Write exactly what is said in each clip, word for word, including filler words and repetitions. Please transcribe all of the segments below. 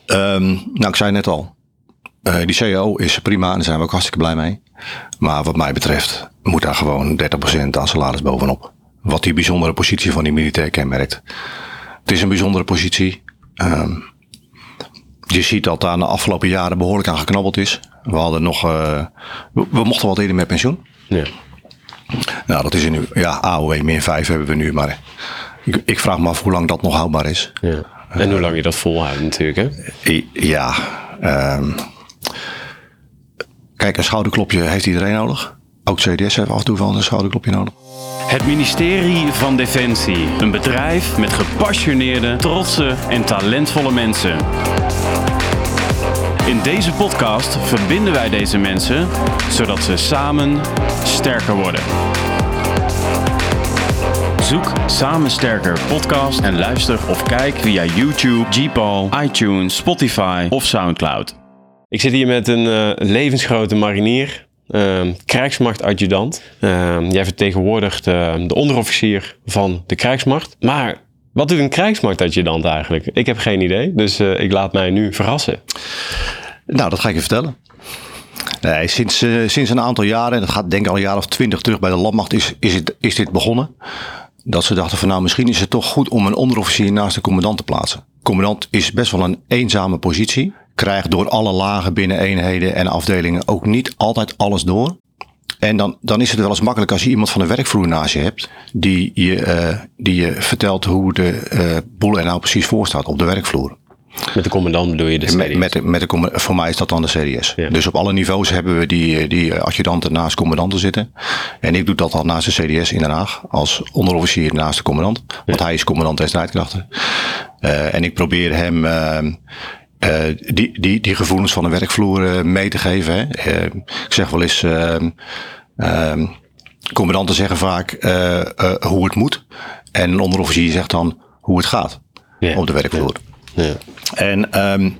Um, nou, ik zei net al. Uh, die C A O is prima en daar zijn we ook hartstikke blij mee. Maar wat mij betreft moet daar gewoon dertig procent aan salaris bovenop. Wat die bijzondere positie van die militair kenmerkt. Het is een bijzondere positie. Um, je ziet dat daar de afgelopen jaren behoorlijk aan geknabbeld is. We hadden nog, uh, we, we mochten wat eerder met pensioen. Ja. Nou, dat is in nu, ja, A O W min vijf hebben we nu, maar ik, ik vraag me af hoe lang dat nog houdbaar is. Ja. En uh, hoe lang je dat volhoudt natuurlijk, hè? Ja, um, kijk, een schouderklopje heeft iedereen nodig. Ook C D S heeft af en toe wel een schouderklopje nodig. Het ministerie van Defensie. Een bedrijf met gepassioneerde, trotse en talentvolle mensen. In deze podcast verbinden wij deze mensen, zodat ze samen sterker worden. Zoek Samen Sterker podcast en luister of kijk via YouTube, Gpal, iTunes, Spotify of Soundcloud. Ik zit hier met een uh, levensgrote marinier, uh, krijgsmachtadjudant. Uh, jij vertegenwoordigt uh, de onderofficier van de krijgsmacht. Maar wat doet een krijgsmachtadjudant eigenlijk? Ik heb geen idee, dus uh, ik laat mij nu verrassen. Nou, dat ga ik je vertellen. Nee, sinds, uh, sinds een aantal jaren, en dat gaat denk ik al een jaar of twintig terug bij de landmacht, is, is, het, is dit begonnen. Dat ze dachten van nou, misschien is het toch goed om een onderofficier naast de commandant te plaatsen. De commandant is best wel een eenzame positie. Krijgt door alle lagen binnen eenheden en afdelingen ook niet altijd alles door. En dan, dan is het wel eens makkelijk als je iemand van de werkvloer naast je hebt. Die je, uh, die je vertelt hoe de uh, boel er nou precies voor staat op de werkvloer. Met de commandant bedoel je de C D S? Met, met de, met de, voor mij is dat dan de C D S. Ja. Dus op alle niveaus hebben we die, die adjudanten naast commandanten zitten. En ik doe dat dan naast de C D S in Den Haag. Als onderofficier naast de commandant. Want ja. Hij is commandant der strijdkrachten. Uh, en ik probeer hem uh, uh, die, die, die gevoelens van de werkvloer uh, mee te geven. Hè. Uh, ik zeg wel eens, uh, uh, commandanten zeggen vaak uh, uh, hoe het moet. En een onderofficier zegt dan hoe het gaat ja. op de werkvloer. Ja. Ja. En um,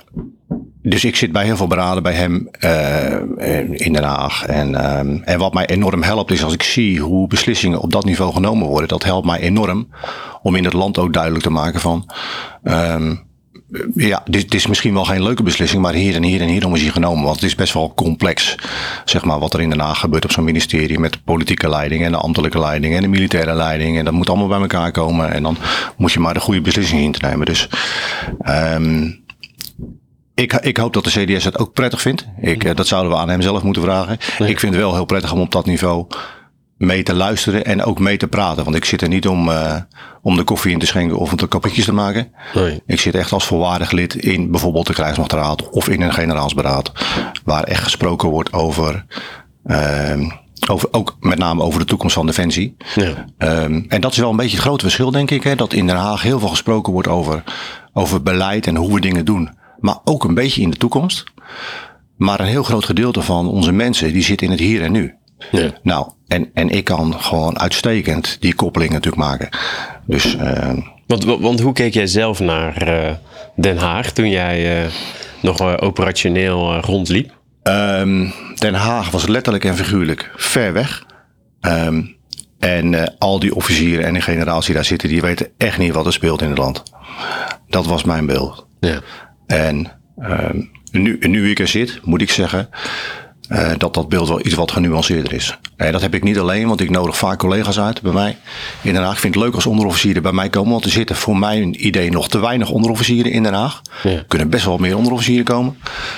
dus ik zit bij heel veel beraden bij hem uh, in Den Haag. En, um, en wat mij enorm helpt is als ik zie hoe beslissingen op dat niveau genomen worden. Dat helpt mij enorm om in het land ook duidelijk te maken van Um, ja, dit, dit is misschien wel geen leuke beslissing, maar hier en hier en hierom is hij genomen. Want het is best wel complex, zeg maar, wat er in Den Haag gebeurt op zo'n ministerie met de politieke leiding en de ambtelijke leiding en de militaire leiding. En dat moet allemaal bij elkaar komen en dan moet je maar de goede beslissing in te nemen. Dus um, ik, ik hoop dat de C D S het ook prettig vindt. Ik, dat zouden we aan hem zelf moeten vragen. Nee. Ik vind het wel heel prettig om op dat niveau mee te luisteren en ook mee te praten. Want ik zit er niet om, uh, om de koffie in te schenken of om de kapotjes te maken. Nee. Ik zit echt als volwaardig lid in bijvoorbeeld de Krijgsmachtraad of in een generaalsberaad. Waar echt gesproken wordt over, uh, over ook met name over de toekomst van Defensie. Ja. Um, en dat is wel een beetje het grote verschil, denk ik. Hè, dat in Den Haag heel veel gesproken wordt over, over beleid en hoe we dingen doen. Maar ook een beetje in de toekomst. Maar een heel groot gedeelte van onze mensen die zit in het hier en nu. Ja. Nou, en, en ik kan gewoon uitstekend die koppeling natuurlijk maken. Dus, uh, want, want hoe keek jij zelf naar uh, Den Haag toen jij uh, nog uh, operationeel uh, rondliep? Um, Den Haag was letterlijk en figuurlijk ver weg. Um, en uh, al die officieren en de generaals die daar zitten, die weten echt niet wat er speelt in het land. Dat was mijn beeld. Ja. En um, nu, nu ik er zit, moet ik zeggen Uh, dat dat beeld wel iets wat genuanceerder is. En dat heb ik niet alleen, want ik nodig vaak collega's uit bij mij in Den Haag. Ik vind het leuk als onderofficieren bij mij komen, want er zitten voor mijn idee nog te weinig onderofficieren in Den Haag. Ja. Er kunnen best wel meer onderofficieren komen.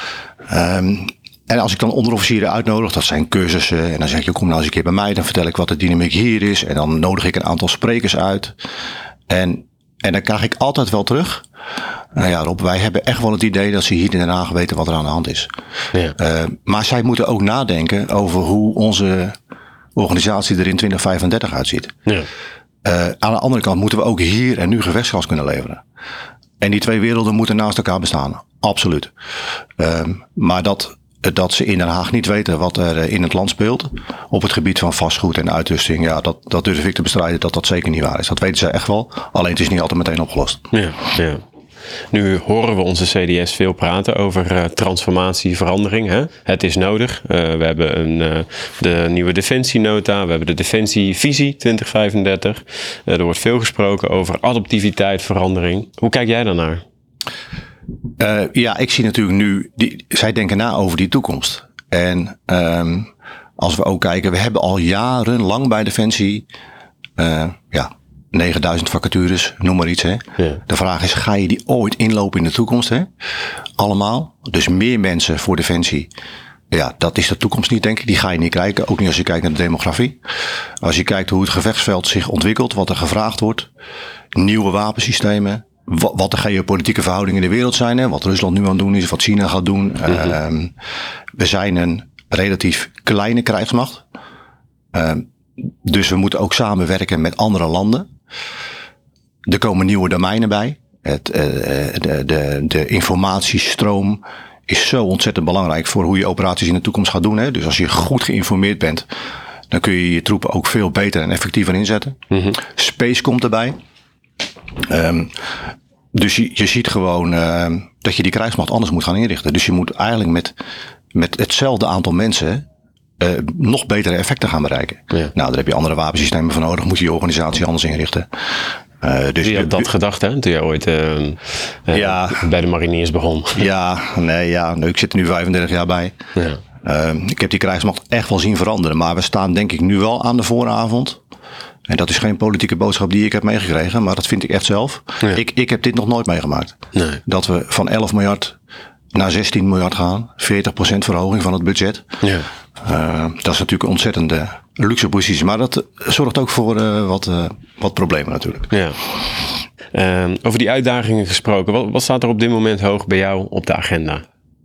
Um, en als ik dan onderofficieren uitnodig, dat zijn cursussen. En dan zeg je, kom nou eens een keer bij mij, dan vertel ik wat de dynamiek hier is. En dan nodig ik een aantal sprekers uit. En, en dan krijg ik altijd wel terug. Nou ja, Rob, wij hebben echt wel het idee dat ze hier in Den Haag weten wat er aan de hand is. Ja. Uh, maar zij moeten ook nadenken over hoe onze organisatie er in twintig vijfendertig uitziet. Ja. Uh, aan de andere kant moeten we ook hier en nu gevechtsgas kunnen leveren. En die twee werelden moeten naast elkaar bestaan. Absoluut. Uh, maar dat, dat ze in Den Haag niet weten wat er in het land speelt op het gebied van vastgoed en uitrusting, ja, dat, dat durf ik te bestrijden dat dat zeker niet waar is. Dat weten ze echt wel. Alleen het is niet altijd meteen opgelost. Ja, ja. Nu horen we onze C D S veel praten over uh, transformatie, verandering. Hè? Het is nodig. Uh, we hebben een, uh, de nieuwe Defensienota. We hebben de Defensievisie twintig vijfendertig. Uh, er wordt veel gesproken over adaptiviteit, verandering. Hoe kijk jij daarnaar? Uh, ja, ik zie natuurlijk nu, die, zij denken na over die toekomst. En um, als we ook kijken, we hebben al jarenlang bij Defensie, uh, ja, negenduizend vacatures, noem maar iets. Hè. Ja. De vraag is, ga je die ooit inlopen in de toekomst? Hè? Allemaal. Dus meer mensen voor Defensie. Ja, dat is de toekomst niet, denk ik. Die ga je niet krijgen. Ook niet als je kijkt naar de demografie. Als je kijkt hoe het gevechtsveld zich ontwikkelt, wat er gevraagd wordt. Nieuwe wapensystemen. Wat, wat de geopolitieke verhoudingen in de wereld zijn. Hè? Wat Rusland nu aan het doen is, wat China gaat doen. Mm-hmm. Uh, we zijn een relatief kleine krijgsmacht. Uh, dus we moeten ook samenwerken met andere landen. Er komen nieuwe domeinen bij. Het, uh, de, de, de informatiestroom is zo ontzettend belangrijk voor hoe je operaties in de toekomst gaat doen. Hè? Dus als je goed geïnformeerd bent, dan kun je je troepen ook veel beter en effectiever inzetten. Mm-hmm. Space komt erbij. Um, dus je, je ziet gewoon uh, dat je die krijgsmacht anders moet gaan inrichten. Dus je moet eigenlijk met, met hetzelfde aantal mensen uh, nog betere effecten gaan bereiken. Ja. Nou, daar heb je andere wapensystemen voor nodig. Moet je je organisatie anders inrichten. Uh, dus je had dat gedacht, hè? Toen je ooit uh, uh, ja, bij de mariniers begon. Ja, nee, ja, ik zit er nu vijfendertig jaar bij. Ja. Uh, ik heb die krijgsmacht echt wel zien veranderen. Maar we staan denk ik nu wel aan de vooravond. En dat is geen politieke boodschap die ik heb meegekregen. Maar dat vind ik echt zelf. Ja. Ik, ik heb dit nog nooit meegemaakt. Nee. Dat we van elf miljard naar zestien miljard gaan. veertig procent verhoging van het budget. Ja. Uh, dat is natuurlijk een ontzettende luxe positie. Maar dat zorgt ook voor uh, wat, uh, wat problemen natuurlijk. Ja. Uh, over die uitdagingen gesproken. Wat, wat staat er op dit moment hoog bij jou op de agenda?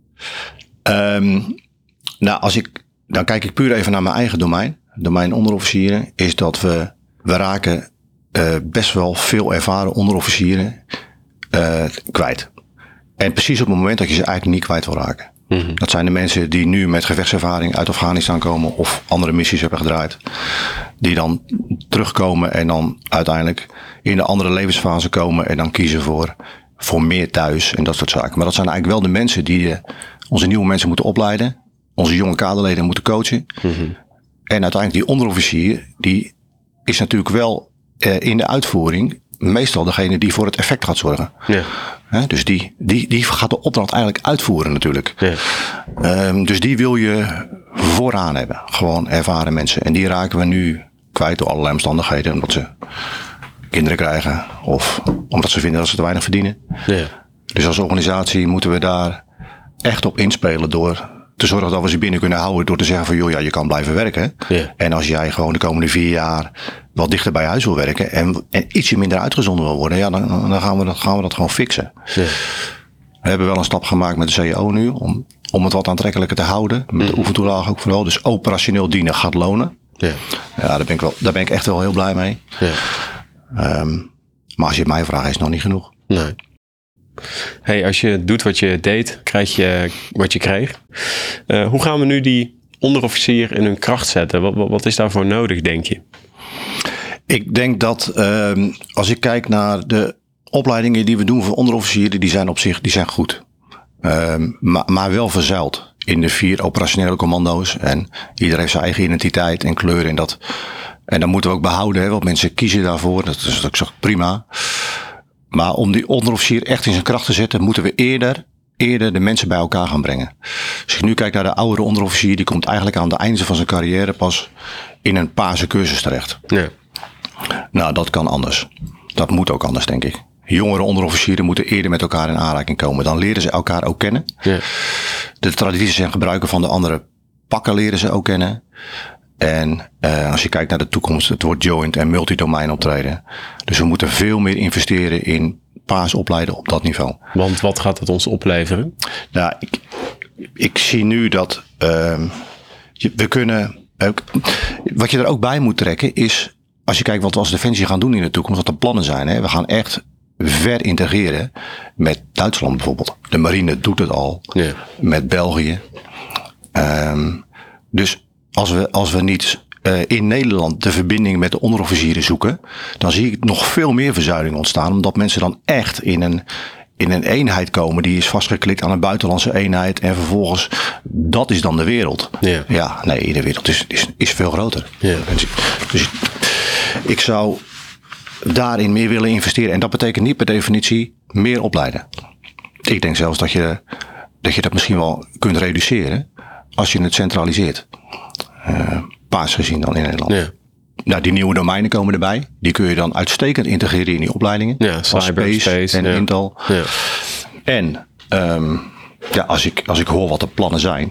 Um, nou, als ik, dan kijk ik puur even naar mijn eigen domein. Domein onderofficieren. Is dat we, we raken uh, best wel veel ervaren onderofficieren uh, kwijt. En precies op het moment dat je ze eigenlijk niet kwijt wil raken. Mm-hmm. Dat zijn de mensen die nu met gevechtservaring uit Afghanistan komen of andere missies hebben gedraaid. Die dan terugkomen en dan uiteindelijk in de andere levensfase komen en dan kiezen voor, voor meer thuis en dat soort zaken. Maar dat zijn eigenlijk wel de mensen die uh, onze nieuwe mensen moeten opleiden. Onze jonge kaderleden moeten coachen. Mm-hmm. En uiteindelijk die onderofficier, die is natuurlijk wel uh, in de uitvoering meestal degene die voor het effect gaat zorgen. Ja. He, dus die, die, die gaat de opdracht eigenlijk uitvoeren natuurlijk. Ja. Um, dus die wil je vooraan hebben. Gewoon ervaren mensen. En die raken we nu kwijt door allerlei omstandigheden. Omdat ze kinderen krijgen. Of omdat ze vinden dat ze te weinig verdienen. Ja. Dus als organisatie moeten we daar echt op inspelen door te zorgen dat we ze binnen kunnen houden. Door te zeggen van joh, ja, je kan blijven werken. Ja. En als jij gewoon de komende vier jaar wat dichter bij huis wil werken. En, en ietsje minder uitgezonden wil worden. Ja, dan, dan gaan, we dat, gaan we dat gewoon fixen. Ja. We hebben wel een stap gemaakt met de C E O nu. Om, om het wat aantrekkelijker te houden. Met de oefentoelage ook vooral. Dus operationeel dienen gaat lonen. Ja, ja daar, ben ik wel, daar ben ik echt wel heel blij mee. Ja. Um, maar als je het mij vraagt, is het nog niet genoeg. Nee. Hey, als je doet wat je deed, krijg je wat je kreeg. Uh, hoe gaan we nu die onderofficier in hun kracht zetten? Wat, wat, wat is daarvoor nodig, denk je? Ik denk dat um, als ik kijk naar de opleidingen die we doen voor onderofficieren, die zijn op zich die zijn goed. Um, maar, maar wel verzuild in de vier operationele commando's. En iedereen heeft zijn eigen identiteit en kleur in dat. En dat moeten we ook behouden, hè, want mensen kiezen daarvoor. Dat is ook zo prima. Maar om die onderofficier echt in zijn kracht te zetten, moeten we eerder, eerder de mensen bij elkaar gaan brengen. Als ik nu kijk naar de oudere onderofficier, die komt eigenlijk aan het einde van zijn carrière pas in een paarse cursus terecht. Ja. Nou, dat kan anders. Dat moet ook anders, denk ik. Jongere onderofficieren moeten eerder met elkaar in aanraking komen. Dan leren ze elkaar ook kennen. Ja. De tradities en gebruiken van de andere pakken leren ze ook kennen. En uh, als je kijkt naar de toekomst, het wordt joint en multidomein optreden. Dus we moeten veel meer investeren in paas opleiden op dat niveau. Want wat gaat het ons opleveren? Nou, ik, ik zie nu dat uh, we kunnen. Uh, wat je er ook bij moet trekken is, als je kijkt wat we als Defensie gaan doen in de toekomst, wat de plannen zijn. Hè, we gaan echt ver integreren met Duitsland bijvoorbeeld. De marine doet het al. Ja. Met België. Um, dus Als we, als we niet uh, in Nederland de verbinding met de onderofficieren zoeken, dan zie ik nog veel meer verzuiling ontstaan. Omdat mensen dan echt in een, in een eenheid komen die is vastgeklikt aan een buitenlandse eenheid. En vervolgens, dat is dan de wereld. Ja, ja nee, de wereld is, is, is veel groter. Ja. Dus ik zou daarin meer willen investeren. En dat betekent niet per definitie meer opleiden. ik denk zelfs dat je, dat je dat misschien wel kunt reduceren als je het centraliseert. Uh, paars gezien dan in Nederland. Ja. Nou, die nieuwe domeinen komen erbij. Die kun je dan uitstekend integreren in die opleidingen. Ja, cyberspace en ja. Intel. Ja. En um, ja, als, ik, als ik hoor wat de plannen zijn,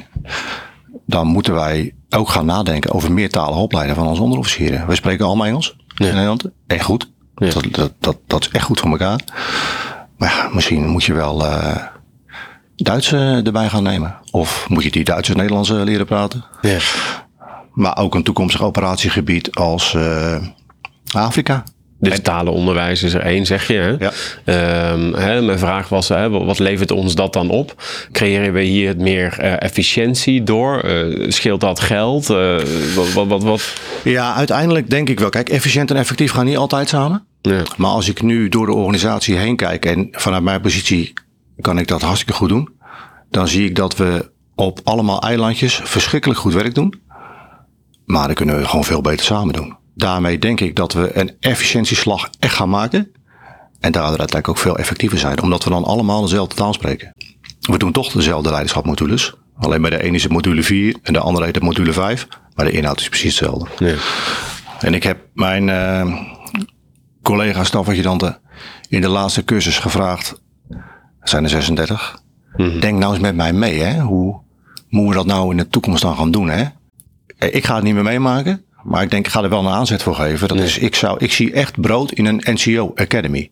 dan moeten wij ook gaan nadenken over meertalige opleiden van onze onderofficieren. We spreken allemaal Engels ja. in Nederland. Echt goed. Ja. Dat, dat, dat, dat is echt goed voor elkaar. Maar ja, misschien moet je wel uh, Duits uh, erbij gaan nemen. Of moet je die Duitsers Nederlands uh, leren praten. Ja. Maar ook een toekomstig operatiegebied als uh, Afrika. Digitale onderwijs is er één, zeg je. Hè? Ja. Um, hè, mijn vraag was, hè, wat levert ons dat dan op? Creëren we hier meer uh, efficiëntie door? Uh, scheelt dat geld? Uh, wat, wat, wat, wat? Ja, uiteindelijk denk ik wel. Kijk, efficiënt en effectief gaan niet altijd samen. Ja. Maar als ik nu door de organisatie heen kijk en vanuit mijn positie kan ik dat hartstikke goed doen. Dan zie ik dat we op allemaal eilandjes verschrikkelijk goed werk doen. Maar dan kunnen we gewoon veel beter samen doen. Daarmee denk ik dat we een efficiëntieslag echt gaan maken. En daardoor uiteindelijk ook veel effectiever zijn. Omdat we dan allemaal dezelfde taal spreken. We doen toch dezelfde leiderschapmodules. Alleen bij de ene is het module vier en de andere heet het module vijf. Maar de inhoud is precies hetzelfde. Ja. En ik heb mijn uh, collega's stafadjudanten in de laatste cursus gevraagd. Er zijn er zesendertig. Mm-hmm. Denk nou eens met mij mee. Hè? Hoe moeten we dat nou in de toekomst dan gaan doen? Hè? Ik ga het niet meer meemaken. Maar ik denk, ik ga er wel een aanzet voor geven. Dat nee. is, ik, zou, ik zie echt brood in een N C O Academy.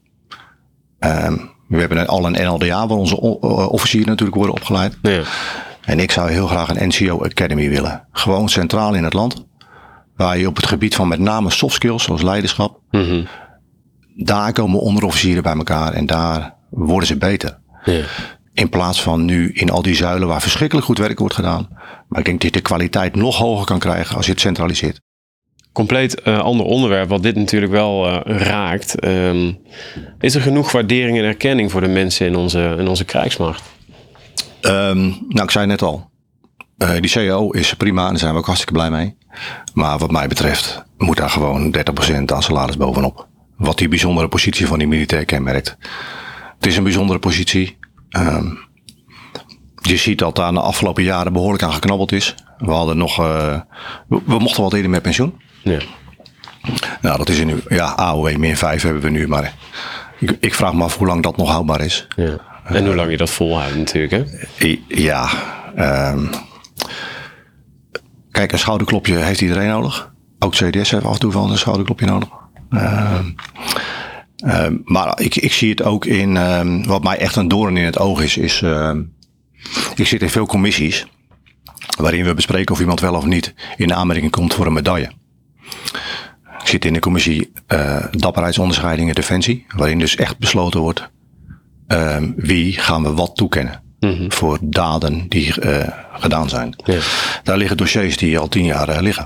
Um, we hebben al een N L D A waar onze officieren natuurlijk worden opgeleid. Ja. En ik zou heel graag een N C O Academy willen. Gewoon centraal in het land. Waar je op het gebied van met name soft skills, zoals leiderschap. Mm-hmm. Daar komen onderofficieren bij elkaar en daar worden ze beter. Ja. In plaats van nu in al die zuilen waar verschrikkelijk goed werk wordt gedaan. Maar ik denk dat je de kwaliteit nog hoger kan krijgen als je het centraliseert. Compleet uh, ander onderwerp, wat dit natuurlijk wel uh, raakt. Um, is er genoeg waardering en erkenning voor de mensen in onze, in onze krijgsmacht? Um, nou, ik zei net al. Uh, die C A O is prima en daar zijn we ook hartstikke blij mee. Maar wat mij betreft moet daar gewoon dertig procent aan salaris bovenop. Wat die bijzondere positie van die militair kenmerkt. Het is een bijzondere positie. Um, je ziet dat daar de afgelopen jaren behoorlijk aan geknabbeld is. We hadden nog, uh, we, we mochten wat eerder met pensioen. Ja. Nou, dat is in nu, ja, A O W min vijf hebben we nu, maar ik, ik vraag me af hoe lang dat nog houdbaar is. Ja. En uh, hoe lang je dat volhoudt natuurlijk, hè? Ja. Um, kijk, een schouderklopje heeft iedereen nodig. Ook C D S heeft af en toe wel een schouderklopje nodig. Um, um, maar ik, ik zie het ook in, um, wat mij echt een doorn in het oog is, is um, ik zit in veel commissies waarin we bespreken of iemand wel of niet in aanmerking komt voor een medaille. Ik zit in de commissie uh, dapperheidsonderscheidingen Defensie, waarin dus echt besloten wordt uh, wie gaan we wat toekennen mm-hmm. voor daden die uh, gedaan zijn. Ja. Daar liggen dossiers die al tien jaar uh, liggen.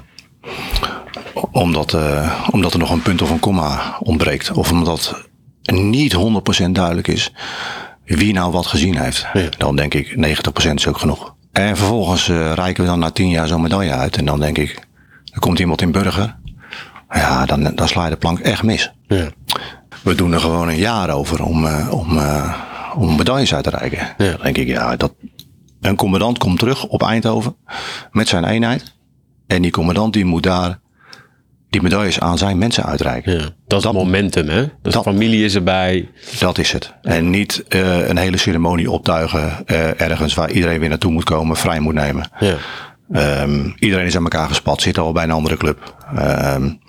Omdat, uh, omdat er nog een punt of een komma ontbreekt. Of omdat niet honderd procent duidelijk is wie nou wat gezien heeft. Ja. Dan denk ik negentig procent is ook genoeg. En vervolgens uh, reiken we dan na tien jaar zo'n medaille uit. En dan denk ik, er komt iemand in burger. Ja, dan, dan sla je de plank echt mis. Ja. We doen er gewoon een jaar over om, uh, om, uh, om medailles uit te reiken. Ja. Dan denk ik, ja, dat, een commandant komt terug op Eindhoven met zijn eenheid. En die commandant die moet daar die medailles aan zijn mensen uitreiken. Ja, dat is dat momentum, hè? Dus de familie is erbij. Dat is het. En niet uh, een hele ceremonie optuigen uh, ergens waar iedereen weer naartoe moet komen, vrij moet nemen. Ja. Um, iedereen is aan elkaar gespat, zit al bij een andere club. Um,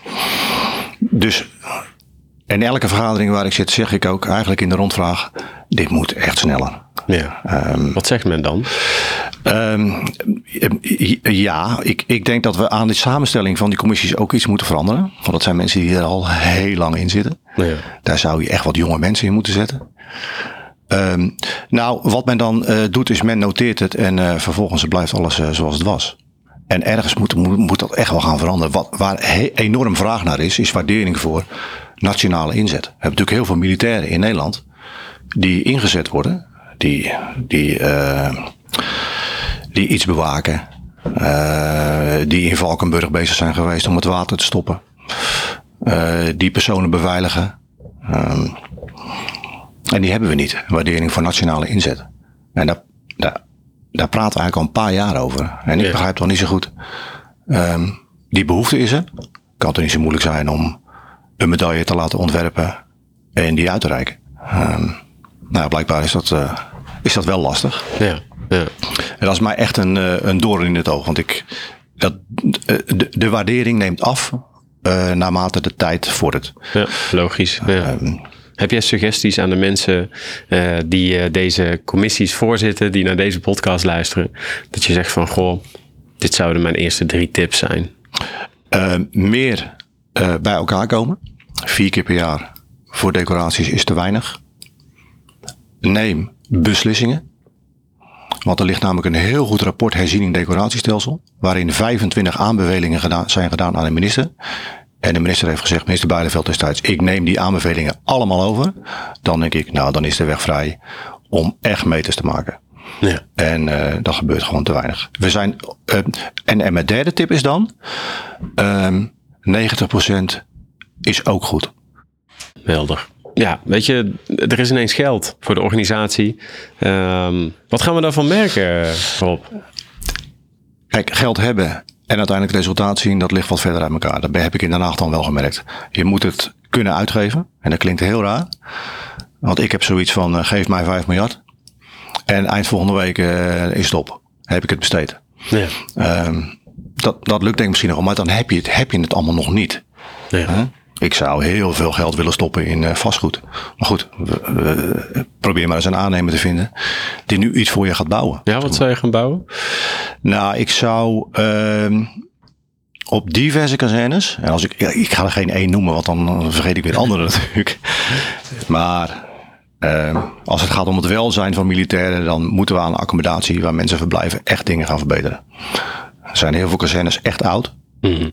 dus in elke vergadering waar ik zit, zeg ik ook eigenlijk in de rondvraag, dit moet echt sneller. Ja. Um, Wat zegt men dan? Um, ja, ik, ik denk dat we aan de samenstelling van die commissies ook iets moeten veranderen. Want dat zijn mensen die er al heel lang in zitten. Ja. Daar zou je echt wat jonge mensen in moeten zetten. Um, nou, wat men dan uh, doet is men noteert het en uh, vervolgens blijft alles uh, zoals het was. En ergens moet, moet, moet dat echt wel gaan veranderen. Wat, waar he, enorm vraag naar is, is waardering voor nationale inzet. We hebben natuurlijk heel veel militairen in Nederland die ingezet worden. Die, die, uh, die iets bewaken. Uh, die in Valkenburg bezig zijn geweest om het water te stoppen. Uh, die personen beveiligen. Um, En die hebben we niet. Een waardering voor nationale inzet. En daar, daar, daar praten we eigenlijk al een paar jaar over. En ik ja. begrijp toch niet zo goed. Um, die behoefte is er. Kan het niet zo moeilijk zijn om een medaille te laten ontwerpen en die uit te reiken. Um, nou, blijkbaar is dat, uh, is dat wel lastig. Ja, ja. En dat is mij echt een, uh, een doorn in het oog. Want ik, dat, de, de waardering neemt af uh, naarmate de tijd vordert. Ja, logisch. Ja. Um, Heb jij suggesties aan de mensen uh, die uh, deze commissies voorzitten, die naar deze podcast luisteren? Dat je zegt van, goh, dit zouden mijn eerste drie tips zijn. Uh, meer uh, bij elkaar komen. Vier keer per jaar voor decoraties is te weinig. Neem beslissingen. Want er ligt namelijk een heel goed rapport herziening decoratiestelsel. Waarin vijfentwintig aanbevelingen gedaan, zijn gedaan aan de minister. En de minister heeft gezegd, minister Bijleveld destijds, ik neem die aanbevelingen allemaal over. Dan denk ik, nou dan is de weg vrij om echt meters te maken. Ja. En uh, dat gebeurt gewoon te weinig. We zijn, uh, en, en mijn derde tip is dan, uh, negentig procent is ook goed. Helder. Ja, weet je, er is ineens geld voor de organisatie. Um, wat gaan we daarvan merken, Rob? Kijk, geld hebben en uiteindelijk resultaat zien, dat ligt wat verder uit elkaar. Dat heb ik in Den Haag dan wel gemerkt. Je moet het kunnen uitgeven. En dat klinkt heel raar. Want ik heb zoiets van, uh, geef mij vijf miljard. En eind volgende week uh, is het op. Heb ik het besteed. Ja. Um, dat, dat lukt denk ik misschien nog. Maar dan heb je het, heb je het allemaal nog niet. Ja. Huh? Ik zou heel veel geld willen stoppen in uh, vastgoed. Maar goed, we, we, probeer maar eens een aannemer te vinden die nu iets voor je gaat bouwen. Ja, wat zou je gaan bouwen? Nou, ik zou uh, op diverse kazernes, en als ik, ja, ik ga er geen één noemen, want dan vergeet ik weer andere natuurlijk. Maar uh, als het gaat om het welzijn van militairen, dan moeten we aan accommodatie waar mensen verblijven echt dingen gaan verbeteren. Er zijn heel veel kazernes echt oud. Mm-hmm.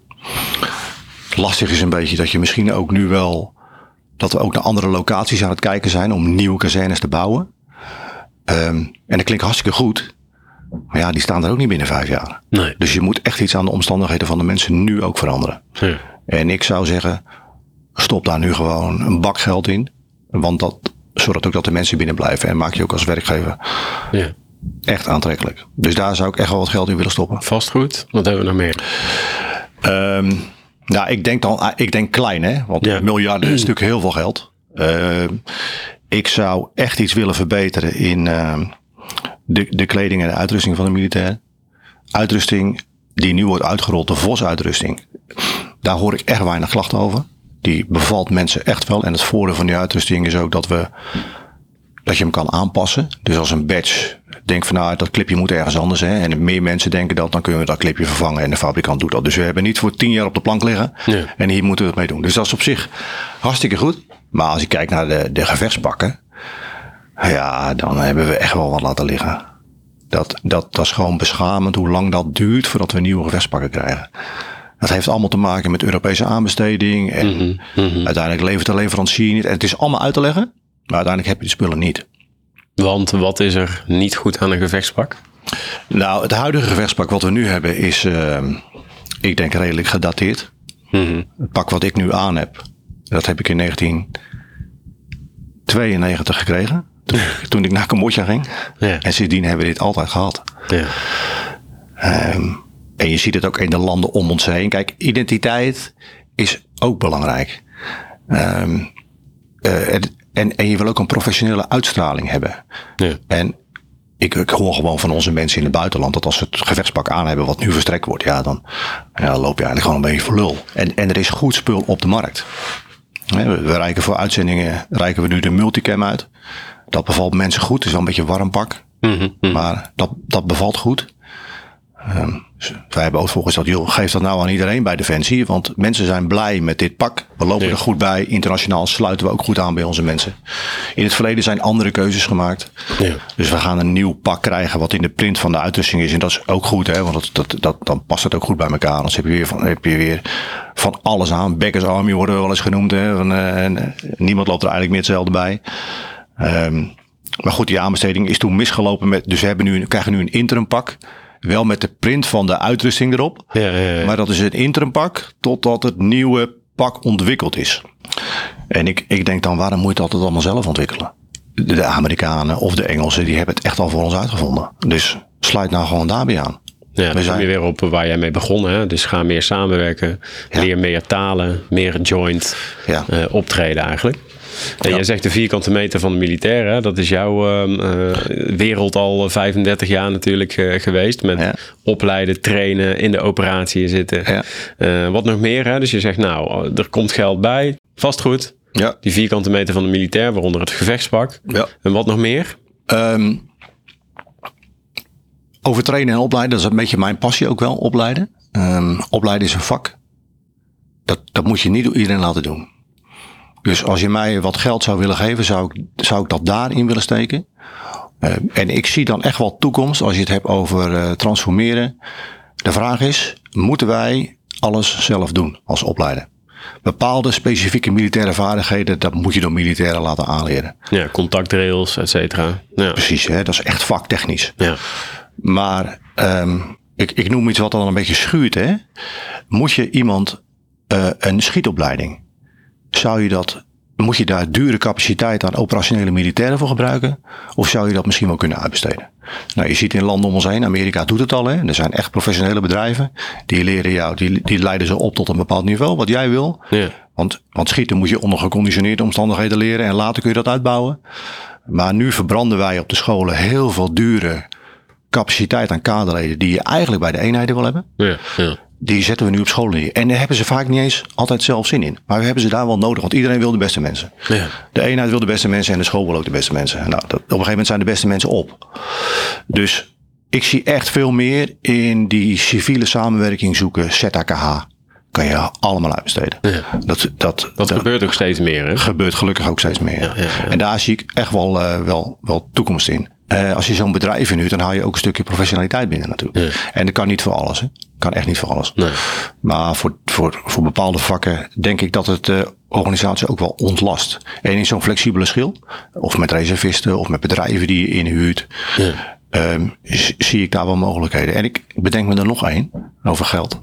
Lastig is een beetje dat je misschien ook nu wel, dat we ook naar andere locaties aan het kijken zijn om nieuwe kazernes te bouwen. Um, en dat klinkt hartstikke goed. Maar ja, die staan er ook niet binnen vijf jaar. Nee. Dus je moet echt iets aan de omstandigheden van de mensen nu ook veranderen. Ja. En ik zou zeggen, stop daar nu gewoon een bak geld in. Want dat zorgt ook dat de mensen binnen blijven. En maak je ook als werkgever ja. echt aantrekkelijk. Dus daar zou ik echt wel wat geld in willen stoppen. Vastgoed, wat hebben we nog meer? Um, nou, ik denk dan, ik denk klein, hè. Want ja. miljarden is natuurlijk heel veel geld. Uh, ik zou echt iets willen verbeteren in uh, de, de kleding en de uitrusting van de militair. Uitrusting die nu wordt uitgerold, de V O S-uitrusting. Daar hoor ik echt weinig klachten over. Die bevalt mensen echt wel. En het voordeel van die uitrusting is ook dat we, dat je hem kan aanpassen. Dus als een badge, denk van nou, dat clipje moet ergens anders. Hè? En meer mensen denken dat, dan kunnen we dat clipje vervangen. En de fabrikant doet dat. Dus we hebben niet voor tien jaar op de plank liggen. Ja. En hier moeten we het mee doen. Dus dat is op zich hartstikke goed. Maar als je kijkt naar de, de gevechtspakken. Ja, dan hebben we echt wel wat laten liggen. Dat, dat, dat is gewoon beschamend hoe lang dat duurt voordat we nieuwe gevechtspakken krijgen. Dat heeft allemaal te maken met Europese aanbesteding. En mm-hmm, mm-hmm. uiteindelijk levert de leverancier niet. En het is allemaal uit te leggen. Maar uiteindelijk heb je de spullen niet. Want wat is er niet goed aan een gevechtspak? Nou, het huidige gevechtspak wat we nu hebben is, uh, ik denk, redelijk gedateerd. Mm-hmm. Het pak wat ik nu aan heb, dat heb ik in negentien tweeënnegentig gekregen. Toen, toen ik naar Cambodja ging. Ja. En sindsdien hebben we dit altijd gehad. Ja. Um, en je ziet het ook in de landen om ons heen. Kijk, identiteit is ook belangrijk. Um, uh, en, en je wil ook een professionele uitstraling hebben. Ja. En ik, ik hoor gewoon van onze mensen in het buitenland dat als ze het gevechtspak aan hebben wat nu verstrekt wordt, ja, dan ja, loop je eigenlijk gewoon een beetje voor lul. En, en er is goed spul op de markt. We, we reiken voor uitzendingen, reiken we nu de multicam uit. Dat bevalt mensen goed. Het is wel een beetje een warm pak. Mm-hmm. Maar dat, dat bevalt goed. Um, dus wij hebben ook volgens dat, joh, geef dat nou aan iedereen bij Defensie. Want mensen zijn blij met dit pak. We lopen ja. er goed bij. Internationaal sluiten we ook goed aan bij onze mensen. In het verleden zijn andere keuzes gemaakt. Ja. Dus we gaan een nieuw pak krijgen wat in de print van de uitrusting is. En dat is ook goed, hè, want dat, dat, dat, dan past het ook goed bij elkaar. Anders heb je weer van, heb je weer van alles aan. Beggars Army worden we wel eens genoemd. Hè, van, uh, en, uh, niemand loopt er eigenlijk meer hetzelfde bij. Um, maar goed, die aanbesteding is toen misgelopen. Met, dus we hebben nu, krijgen nu een interim pak. Wel met de print van de uitrusting erop. Ja, ja, ja. Maar dat is een interim pak totdat het nieuwe pak ontwikkeld is. En ik, ik denk dan, waarom moet je dat altijd allemaal zelf ontwikkelen? de Amerikanen of de Engelsen, die hebben het echt al voor ons uitgevonden. Dus sluit nou gewoon daarbij aan. Ja, dan kom je weer op waar jij mee begon. Hè? Dus ga meer samenwerken, ja. leer meer talen, meer joint ja. uh, optreden eigenlijk. En ja. Jij zegt de vierkante meter van de militair. Hè? Dat is jouw uh, wereld al vijfendertig jaar natuurlijk uh, geweest. Met ja. opleiden, trainen, in de operatie zitten. Ja. Uh, wat nog meer? Hè? Dus je zegt nou, er komt geld bij. Vastgoed. Ja. Die vierkante meter van de militair, waaronder het gevechtspak. Ja. En wat nog meer? Um, over trainen en opleiden, dat is een beetje mijn passie ook wel, opleiden. Um, opleiden is een vak. Dat, dat moet je niet door iedereen laten doen. Dus als je mij wat geld zou willen geven, zou ik, zou ik dat daarin willen steken. Uh, en ik zie dan echt wel toekomst als je het hebt over uh, transformeren. De vraag is, moeten wij alles zelf doen als opleider? Bepaalde specifieke militaire vaardigheden, dat moet je door militairen laten aanleren. Ja, contactrails, et cetera. Ja. Precies, hè, dat is echt vaktechnisch. Ja. Maar um, ik, ik noem iets wat dan een beetje schuurt. Hè? Moet je iemand uh, een schietopleiding, zou je dat, moet je daar dure capaciteit aan operationele militairen voor gebruiken? Of zou je dat misschien wel kunnen uitbesteden? Nou, je ziet in landen om ons heen, Amerika doet het al. Hè? Er zijn echt professionele bedrijven. Die leren jou, die, die leiden ze op tot een bepaald niveau, wat jij wil. Ja. Want, want schieten moet je onder geconditioneerde omstandigheden leren en later kun je dat uitbouwen. Maar nu verbranden wij op de scholen heel veel dure capaciteit aan kaderleden die je eigenlijk bij de eenheden wil hebben. Ja, ja. Die zetten we nu op school neer. En daar hebben ze vaak niet eens altijd zelf zin in. Maar we hebben ze daar wel nodig, want iedereen wil de beste mensen. Ja. De eenheid wil de beste mensen en de school wil ook de beste mensen. Nou, dat, op een gegeven moment zijn de beste mensen op. Dus ik zie echt veel meer in die civiele samenwerking zoeken, Z K H. Kan je allemaal uitbesteden. Ja. Dat, dat, dat gebeurt ook steeds meer. Hè? Gebeurt gelukkig ook steeds meer. Ja, ja, ja. En daar zie ik echt wel, uh, wel, wel toekomst in. Uh, als je zo'n bedrijf inhuurt, dan haal je ook een stukje professionaliteit binnen natuurlijk. Ja. En dat kan niet voor alles. Hè? Kan echt niet voor alles. Nee. Maar voor, voor, voor bepaalde vakken denk ik dat het de organisatie ook wel ontlast. En in zo'n flexibele schil, of met reservisten, of met bedrijven die je inhuurt, ja. um, zie ik daar wel mogelijkheden. En ik bedenk me er nog één, over geld.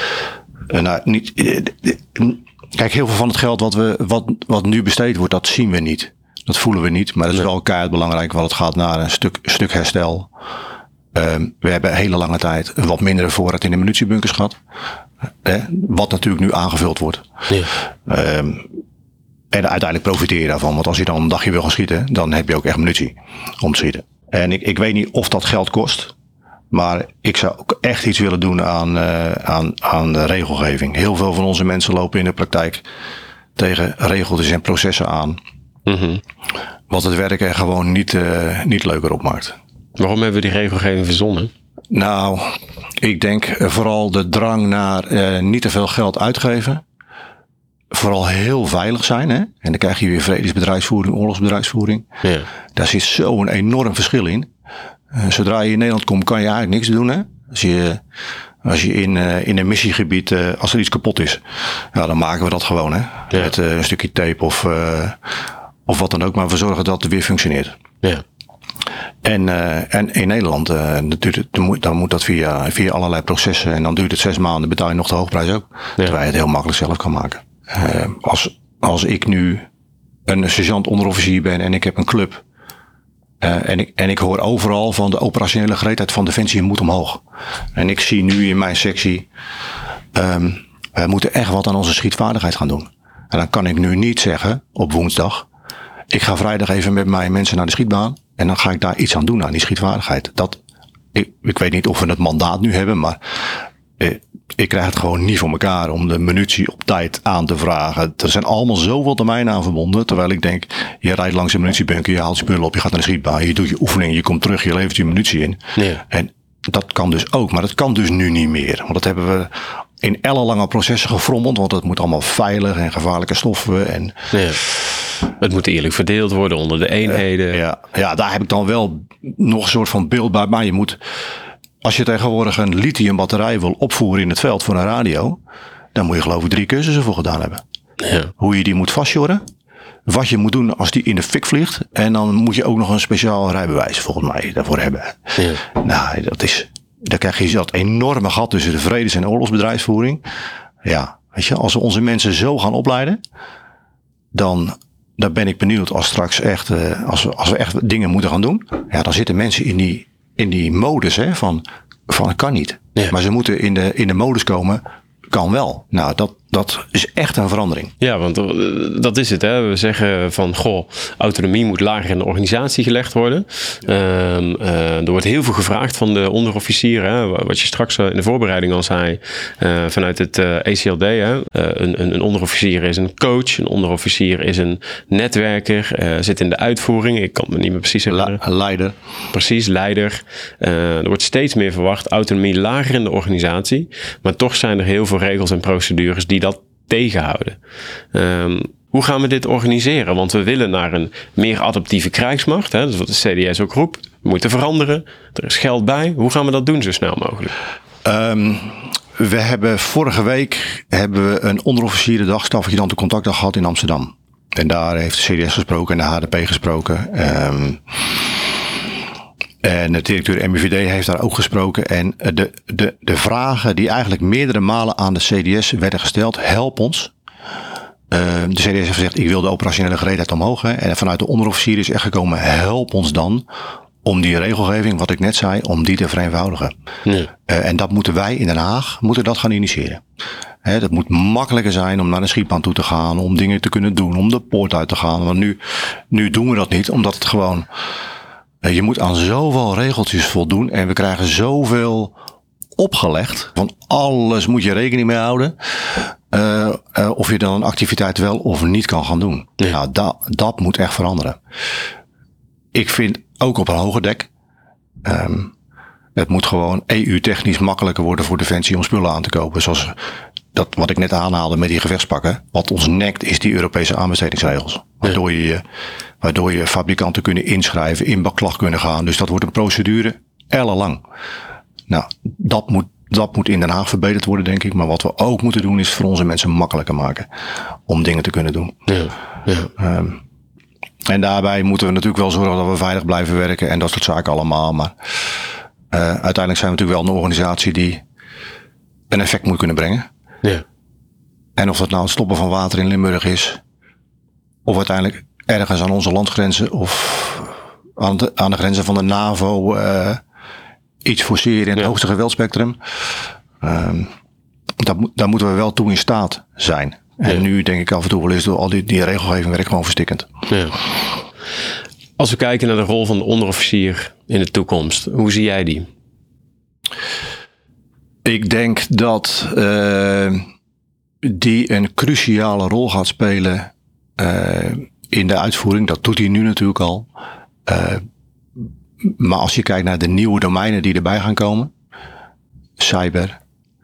Uh, nou, niet, uh, uh, kijk, heel veel van het geld wat, we, wat, wat nu besteed wordt, dat zien we niet. Dat voelen we niet, maar dat is wel keihard belangrijk, want het gaat naar een stuk, stuk herstel. Um, we hebben hele lange tijd een wat mindere voorraad in de munitiebunkers gehad. Hè, wat natuurlijk nu aangevuld wordt. Ja. Um, en uiteindelijk profiteer je daarvan, want als je dan een dagje wil gaan schieten, dan heb je ook echt munitie om te schieten. En ik, ik weet niet of dat geld kost. Maar ik zou ook echt iets willen doen aan, uh, aan, aan de regelgeving. Heel veel van onze mensen lopen in de praktijk tegen regeltjes en processen aan. Mm-hmm. Wat het werken gewoon niet, uh, niet leuker opmaakt. Waarom hebben we die regelgeving verzonnen? Nou, ik denk vooral de drang naar uh, niet te veel geld uitgeven. Vooral heel veilig zijn. Hè? En dan krijg je weer vredesbedrijfsvoering, oorlogsbedrijfsvoering. Ja. Daar zit zo'n enorm verschil in. Uh, zodra je in Nederland komt, kan je eigenlijk niks doen. Hè? Als je, als je in, uh, in een missiegebied, uh, als er iets kapot is, ja, dan maken we dat gewoon. Hè? Ja. Met uh, een stukje tape of, uh, of wat dan ook. Maar we zorgen dat het weer functioneert. Ja. En, uh, en in Nederland, uh, natuurlijk, dan moet, dan moet dat via, via allerlei processen. En dan duurt het zes maanden, betaal je nog de hoogprijs ook. Ja. Terwijl je het heel makkelijk zelf kan maken. Uh, als, als ik nu een sergeant onderofficier ben en ik heb een club. Uh, en, ik, en ik hoor overal van de operationele gereedheid van Defensie moet omhoog. En ik zie nu in mijn sectie, um, we moeten echt wat aan onze schietvaardigheid gaan doen. En dan kan ik nu niet zeggen op woensdag, ik ga vrijdag even met mijn mensen naar de schietbaan. En dan ga ik daar iets aan doen aan die schietvaardigheid. Dat, ik, ik weet niet of we het mandaat nu hebben, maar eh, ik krijg het gewoon niet voor elkaar om de munitie op tijd aan te vragen. Er zijn allemaal zoveel termijnen aan verbonden. Terwijl ik denk, je rijdt langs een munitiebunker, je haalt spullen op, je gaat naar de schietbaan, je doet je oefening, je komt terug, je levert je munitie in. Ja. En dat kan dus ook, maar dat kan dus nu niet meer. Want dat hebben we in ellenlange processen gefrommeld, want het moet allemaal veilig en gevaarlijke stoffen. En ja. Het moet eerlijk verdeeld worden onder de eenheden. Uh, ja, ja, daar heb ik dan wel nog een soort van beeld bij. Maar je moet, als je tegenwoordig een lithiumbatterij wil opvoeren in het veld voor een radio, dan moet je geloof ik drie cursussen voor gedaan hebben. Ja. Hoe je die moet vastjorren, wat je moet doen als die in de fik vliegt. En dan moet je ook nog een speciaal rijbewijs volgens mij daarvoor hebben. Ja. Nou, dat is, dan krijg je dat enorme gat tussen de vredes- en oorlogsbedrijfsvoering. Ja, weet je, als we onze mensen zo gaan opleiden, dan daar ben ik benieuwd als straks echt, uh, als, we, als we echt dingen moeten gaan doen. Ja, dan zitten mensen in die, in die modus hè, van, van het kan niet. Ja. Maar ze moeten in de, in de modus komen, kan wel. Nou, dat, dat is echt een verandering. Ja, want dat is het. Hè. We zeggen van, goh, autonomie moet lager in de organisatie gelegd worden. Ja. Um, uh, er wordt heel veel gevraagd van de onderofficieren. Hè. Wat je straks in de voorbereiding al zei, uh, vanuit het uh, E C L D. Hè. Uh, een, een, een onderofficier is een coach. Een onderofficier is een netwerker. Uh, zit in de uitvoering. Ik kan me niet meer precies herinneren. La- leider. Precies, leider. Uh, er wordt steeds meer verwacht. Autonomie lager in de organisatie. Maar toch zijn er heel veel regels en procedures die dat tegenhouden. Um, hoe gaan we dit organiseren? Want we willen naar een meer adaptieve krijgsmacht. Hè? Dat is wat de C D S ook roept. We moeten veranderen. Er is geld bij. Hoe gaan we dat doen zo snel mogelijk? Um, we hebben vorige week hebben we een onderofficierendag, stafadjudanten contactdag gehad in Amsterdam. En daar heeft de C D S gesproken en de H D P gesproken. Um, En de directeur M I V D heeft daar ook gesproken. En de, de, de vragen die eigenlijk meerdere malen aan de C D S werden gesteld, help ons. Uh, de C D S heeft gezegd, ik wil de operationele gereedheid omhoog. Hè. En vanuit de onderofficier is echt gekomen, help ons dan om die regelgeving, wat ik net zei, om die te vereenvoudigen. Ja. Uh, en dat moeten wij in Den Haag, moeten dat gaan initiëren. Hè, dat moet makkelijker zijn om naar de schietbaan toe te gaan, om dingen te kunnen doen, om de poort uit te gaan. Want nu, nu doen we dat niet, omdat het gewoon... Je moet aan zoveel regeltjes voldoen en we krijgen zoveel opgelegd. Van alles moet je rekening mee houden. Uh, uh, of je dan een activiteit wel of niet kan gaan doen. Ja. Nou, dat, dat moet echt veranderen. Ik vind ook op een hoger dek. Um, het moet gewoon E U-technisch makkelijker worden voor Defensie om spullen aan te kopen. Zoals dat wat ik net aanhaalde met die gevechtspakken. Wat ons nekt is die Europese aanbestedingsregels. Waardoor je, waardoor je fabrikanten kunnen inschrijven, in beklag kunnen gaan. Dus dat wordt een procedure ellenlang. Nou, dat moet, dat moet in Den Haag verbeterd worden, denk ik. Maar wat we ook moeten doen is voor onze mensen makkelijker maken om dingen te kunnen doen. Ja, ja. Um, en daarbij moeten we natuurlijk wel zorgen dat we veilig blijven werken en dat soort zaken allemaal. Maar uh, uiteindelijk zijn we natuurlijk wel een organisatie die een effect moet kunnen brengen. Ja. En of dat nou het stoppen van water in Limburg is, of uiteindelijk ergens aan onze landgrenzen of aan de, aan de grenzen van de NAVO uh, iets forceren in het ja. hoogste geweldspectrum. Um, dat, daar moeten we wel toe in staat zijn. En ja. nu denk ik af en toe wel eens door al die, die regelgeving werkt gewoon verstikkend. Ja. Als we kijken naar de rol van de onderofficier in de toekomst, hoe zie jij die? Ik denk dat uh, die een cruciale rol gaat spelen uh, in de uitvoering. Dat doet hij nu natuurlijk al. Uh, maar als je kijkt naar de nieuwe domeinen die erbij gaan komen. Cyber,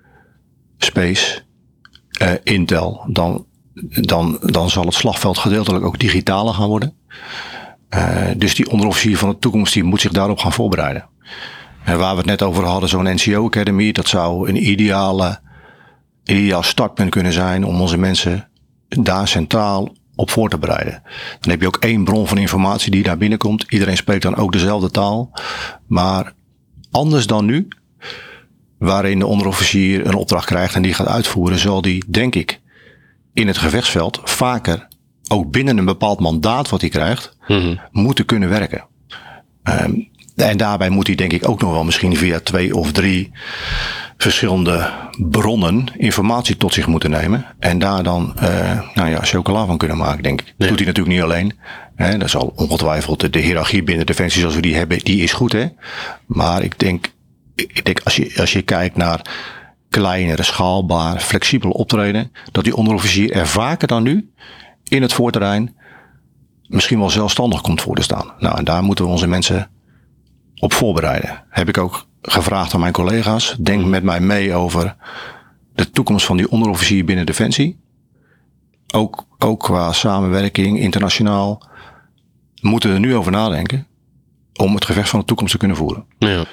space, uh, Intel. Dan, dan, dan zal het slagveld gedeeltelijk ook digitaler gaan worden. Uh, dus die onderofficier van de toekomst die moet zich daarop gaan voorbereiden. En waar we het net over hadden, zo'n N C O Academy, dat zou een ideale, ideaal startpunt kunnen zijn om onze mensen daar centraal op voor te bereiden. Dan heb je ook één bron van informatie die daar binnenkomt. Iedereen spreekt dan ook dezelfde taal. Maar anders dan nu, waarin de onderofficier een opdracht krijgt en die gaat uitvoeren, zal die, denk ik, in het gevechtsveld vaker, ook binnen een bepaald mandaat wat hij krijgt, mm-hmm. moeten kunnen werken. Um, En daarbij moet hij denk ik ook nog wel misschien via twee of drie verschillende bronnen informatie tot zich moeten nemen. En daar dan uh, nou ja, chocola van kunnen maken, denk ik. Dat nee. doet hij natuurlijk niet alleen. Hè. Dat zal ongetwijfeld de hiërarchie binnen Defensie zoals we die hebben, die is goed. Hè. Maar ik denk, ik denk als je, als je kijkt naar kleinere, schaalbaar, flexibel optreden, dat die onderofficier er vaker dan nu in het voorterrein misschien wel zelfstandig komt voor te staan. Nou, en daar moeten we onze mensen op voorbereiden. Heb ik ook gevraagd aan mijn collega's. Denk met mij mee over de toekomst van die onderofficier binnen Defensie. Ook, ook qua samenwerking, internationaal. We moeten er nu over nadenken om het gevecht van de toekomst te kunnen voeren. Ja.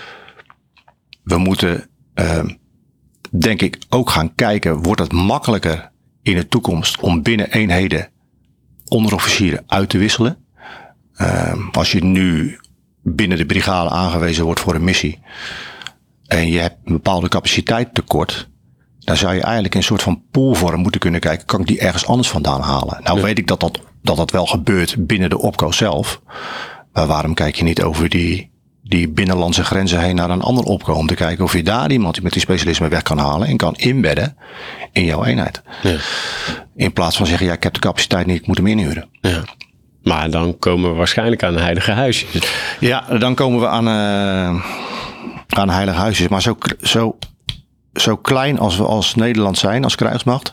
We moeten, uh, denk ik, ook gaan kijken, wordt het makkelijker in de toekomst om binnen eenheden onderofficieren uit te wisselen? Uh, als je nu binnen de brigade aangewezen wordt voor een missie en je hebt een bepaalde capaciteit tekort, dan zou je eigenlijk in een soort van poolvorm moeten kunnen kijken, kan ik die ergens anders vandaan halen? Nou ja. weet ik dat dat dat dat wel gebeurt binnen de opco zelf. Maar waarom kijk je niet over die, die binnenlandse grenzen heen naar een ander opco om te kijken of je daar iemand die met die specialisme weg kan halen en kan inbedden in jouw eenheid. Ja. In plaats van zeggen, ja, ik heb de capaciteit niet, ik moet hem inhuren. Ja. Maar dan komen we waarschijnlijk aan heilige huisjes. Ja, dan komen we aan, uh, aan heilige huisjes. Maar zo, zo, zo klein als we als Nederland zijn, als krijgsmacht.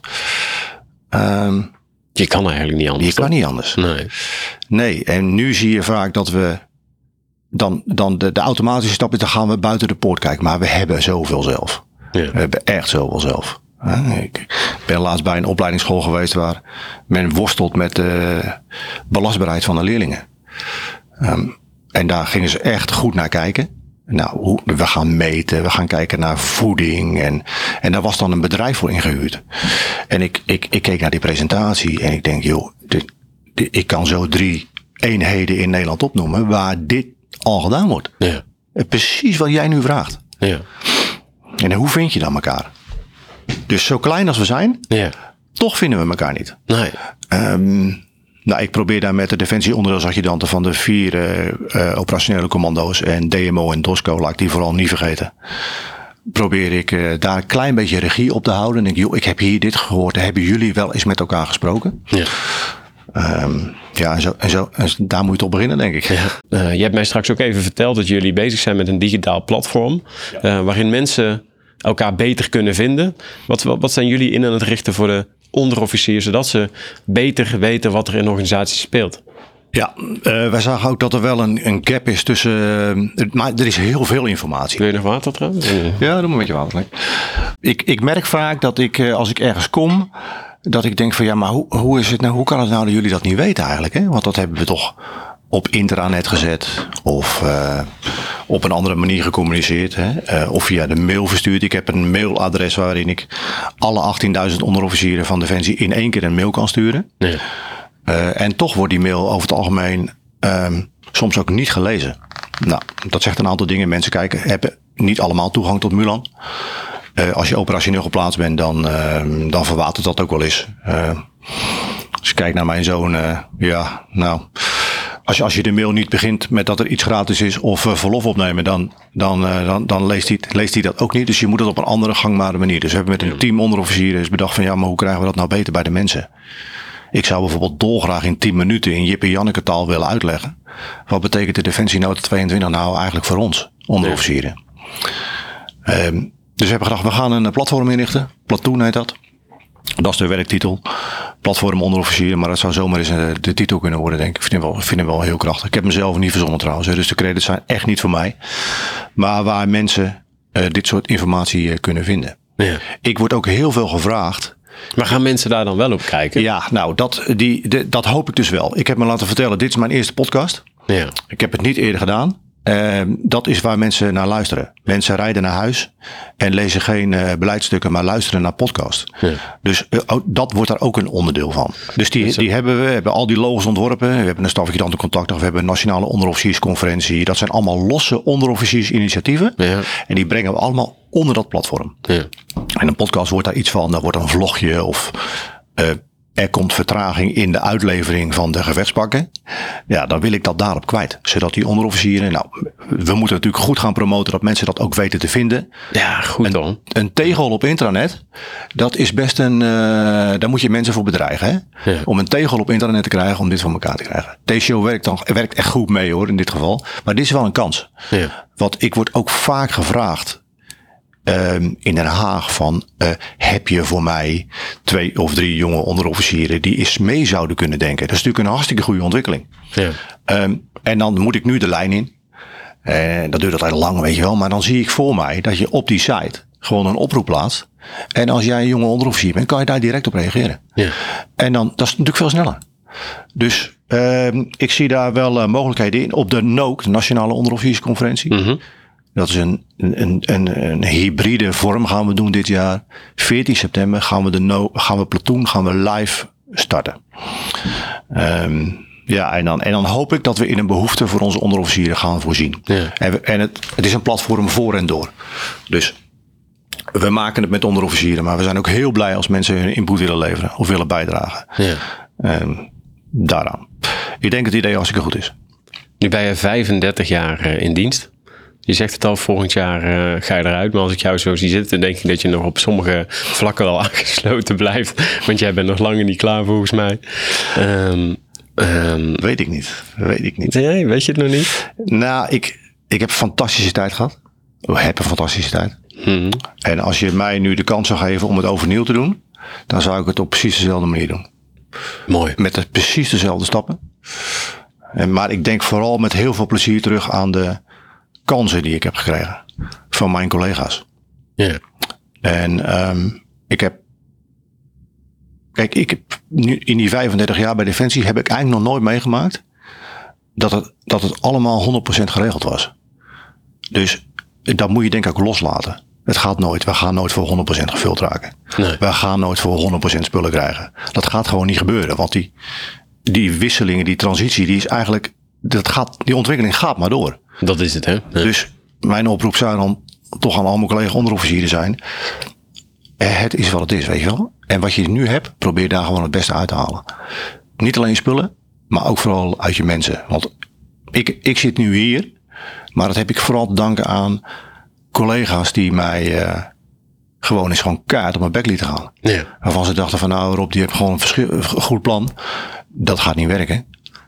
Um, je kan eigenlijk niet anders. Je kan niet anders. Nee. Nee, en nu zie je vaak dat we dan, dan de, de automatische stap is, dan gaan we buiten de poort kijken. Maar we hebben zoveel zelf. Ja. We hebben echt zoveel zelf. Ik ben laatst bij een opleidingsschool geweest waar men worstelt met de belastbaarheid van de leerlingen. Um, en daar gingen ze echt goed naar kijken. Nou, hoe, we gaan meten, we gaan kijken naar voeding en, en daar was dan een bedrijf voor ingehuurd. En ik, ik, ik keek naar die presentatie en ik denk, joh, dit, dit, ik kan zo drie eenheden in Nederland opnoemen waar dit al gedaan wordt. Ja. Precies wat jij nu vraagt. Ja. En hoe vind je dan elkaar? Dus zo klein als we zijn, ja. toch vinden we elkaar niet. Nee. Um, nou, ik probeer daar met de Defensie onderdeelsadjudanten van de vier uh, uh, operationele commando's en D M O en DOSCO, laat ik die vooral niet vergeten. Probeer ik uh, daar een klein beetje regie op te houden. En denk, joh, ik heb hier dit gehoord. Hebben jullie wel eens met elkaar gesproken? Ja. Um, ja, en, zo, en, zo, en daar moet je het op beginnen, denk ik. Ja. Uh, je hebt mij straks ook even verteld dat jullie bezig zijn met een digitaal platform. Ja. Uh, waarin mensen elkaar beter kunnen vinden. Wat, wat, wat zijn jullie in aan het richten voor de onderofficier, zodat ze beter weten wat er in de organisatie speelt? Ja, uh, wij zagen ook dat er wel een, een gap is tussen... Uh, maar er is heel veel informatie. Wil je nog water trouwens? Ja, doe maar een beetje water. Ik, ik merk vaak dat ik, uh, als ik ergens kom, dat ik denk van ja, maar hoe, hoe is het nou? Hoe kan het nou dat jullie dat niet weten eigenlijk? Hè? Want dat hebben we toch op intranet gezet of uh, op een andere manier gecommuniceerd. Hè? Uh, of via de mail verstuurd. Ik heb een mailadres waarin ik alle achttienduizend onderofficieren van Defensie in één keer een mail kan sturen. Nee. Uh, en toch wordt die mail over het algemeen um, soms ook niet gelezen. Nou, dat zegt een aantal dingen. Mensen kijken, hebben niet allemaal toegang tot Mulan. Uh, als je operationeel geplaatst bent, dan, uh, dan verwatert dat ook wel eens. Uh, als je kijkt naar mijn zoon, uh, ja, nou... Als je, als je de mail niet begint met dat er iets gratis is of uh, verlof opnemen, dan, dan, uh, dan, dan leest, hij, leest hij dat ook niet. Dus je moet het op een andere gangbare manier. Dus we hebben met een team onderofficieren eens bedacht van ja, maar hoe krijgen we dat nou beter bij de mensen? Ik zou bijvoorbeeld dolgraag in tien minuten in Jip en Janneke taal willen uitleggen. Wat betekent de Defensienota tweeëntwintig nou eigenlijk voor ons, onderofficieren? Nee. Um, dus we hebben gedacht, we gaan een platform inrichten. Platoon heet dat. Dat is de werktitel. Platform onderofficieren, maar dat zou zomaar eens de titel kunnen worden, denk ik. Ik vind hem wel, vind hem wel heel krachtig. Ik heb hem zelf niet verzonnen trouwens, dus de credits zijn echt niet voor mij. Maar waar mensen uh, dit soort informatie uh, kunnen vinden. Ja. Ik word ook heel veel gevraagd. Maar gaan mensen daar dan wel op kijken? Ja, nou, dat, die, de, dat hoop ik dus wel. Ik heb me laten vertellen, dit is mijn eerste podcast. Ja. Ik heb het niet eerder gedaan. Uh, dat is waar mensen naar luisteren. Mensen rijden naar huis en lezen geen uh, beleidsstukken, maar luisteren naar podcast. Ja. Dus uh, dat wordt daar ook een onderdeel van. Dus die, die hebben we, we hebben al die logos ontworpen. We hebben een stafadjudantencontactdag, we hebben een nationale onderofficiersconferentie. Dat zijn allemaal losse onderofficiersinitiatieven. Ja. En die brengen we allemaal onder dat platform. Ja. En een podcast wordt daar iets van, daar wordt een vlogje of... Uh, er komt vertraging in de uitlevering van de gevechtspakken. Ja, dan wil ik dat daarop kwijt. Zodat die onderofficieren... Nou, we moeten natuurlijk goed gaan promoten dat mensen dat ook weten te vinden. Ja, goed dan. Een, een tegel op intranet, dat is best een... Uh, daar moet je mensen voor bedreigen. Hè? Ja. Om een tegel op internet te krijgen, om dit van elkaar te krijgen. T C O werkt, dan, werkt echt goed mee hoor, in dit geval. Maar dit is wel een kans. Ja. Want ik word ook vaak gevraagd... Um, in Den Haag van, uh, heb je voor mij twee of drie jonge onderofficieren die eens mee zouden kunnen denken. Dat is natuurlijk een hartstikke goede ontwikkeling. Ja. Um, en dan moet ik nu de lijn in. En dat duurt altijd lang, weet je wel. Maar dan zie ik voor mij dat je op die site gewoon een oproep plaatst. En als jij een jonge onderofficier bent, kan je daar direct op reageren. Ja. En dan, dat is natuurlijk veel sneller. Dus um, ik zie daar wel uh, mogelijkheden in. Op de N O C, de Nationale Onderofficiersconferentie. Mm-hmm. Dat is een, een, een, een hybride vorm gaan we doen dit jaar. veertien september gaan we de no, gaan we Platoon, gaan we live starten. Um, ja, en dan, en dan hoop ik dat we in een behoefte voor onze onderofficieren gaan voorzien. Ja. En, we, en het, het is een platform voor en door. Dus we maken het met onderofficieren, maar we zijn ook heel blij als mensen hun input willen leveren of willen bijdragen. Ja. Um, daaraan. Ik denk dat het idee hartstikke goed is. Nu ben je vijfendertig jaar uh, in dienst. Je zegt het al, volgend jaar uh, ga je eruit. Maar als ik jou zo zie zitten, denk ik dat je nog op sommige vlakken wel aangesloten blijft. Want jij bent nog lang niet klaar volgens mij. Um, um, weet ik niet. Weet ik niet. Nee, weet je het nog niet? Nou, ik, ik heb een fantastische tijd gehad. Ik heb een fantastische tijd. Mm-hmm. En als je mij nu de kans zou geven om het overnieuw te doen, dan zou ik het op precies dezelfde manier doen. Mooi. Met de, precies dezelfde stappen. En, maar ik denk vooral met heel veel plezier terug aan de kansen die ik heb gekregen van mijn collega's. Ja. Yeah. En um, ik heb, kijk, ik heb nu in die vijfendertig jaar bij Defensie heb ik eigenlijk nog nooit meegemaakt dat het, dat het allemaal honderd procent geregeld was. Dus dat moet je denk ik ook loslaten. Het gaat nooit, we gaan nooit voor honderd procent gevuld raken. Nee. We gaan nooit voor honderd procent spullen krijgen. Dat gaat gewoon niet gebeuren, want die, die wisselingen, die transitie, die is eigenlijk, dat gaat, die ontwikkeling gaat maar door. Dat is het, hè? Ja. Dus mijn oproep zou dan toch aan al mijn collega onderofficieren zijn. Het is wat het is, weet je wel. En wat je nu hebt, probeer daar gewoon het beste uit te halen. Niet alleen spullen, maar ook vooral uit je mensen. Want ik, ik zit nu hier, maar dat heb ik vooral te danken aan collega's die mij uh, gewoon eens gewoon kaart op mijn bek lieten gaan. Ja. Waarvan ze dachten van nou Rob, die heeft gewoon een verschil, goed plan. Dat gaat niet werken.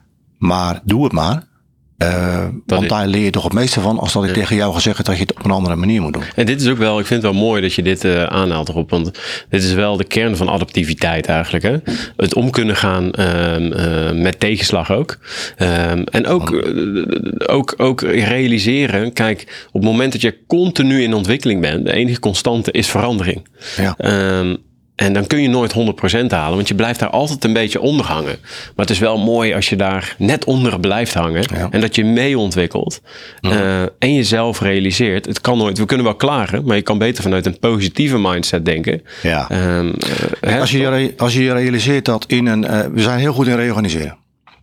Maar doe het maar. Uh, want is... daar leer je toch het meeste van als dat ik ja. tegen jou ga zeggen dat je het op een andere manier moet doen. En dit is ook wel, ik vind het wel mooi dat je dit uh, aanhaalt erop. Want dit is wel de kern van adaptiviteit eigenlijk. Hè? Het om kunnen gaan uh, uh, met tegenslag ook. Um, en ook, uh, ook, ook realiseren, kijk, op het moment dat je continu in ontwikkeling bent, de enige constante is verandering. Ja. Um, En dan kun je nooit honderd procent halen, want je blijft daar altijd een beetje onder hangen. Maar het is wel mooi als je daar net onder blijft hangen. Ja. En dat je mee ontwikkelt. Ja. Uh, en jezelf realiseert, het kan nooit, we kunnen wel klagen, maar je kan beter vanuit een positieve mindset denken. Ja. Um, uh, als, je, als je realiseert dat in een, uh, we zijn heel goed in reorganiseren.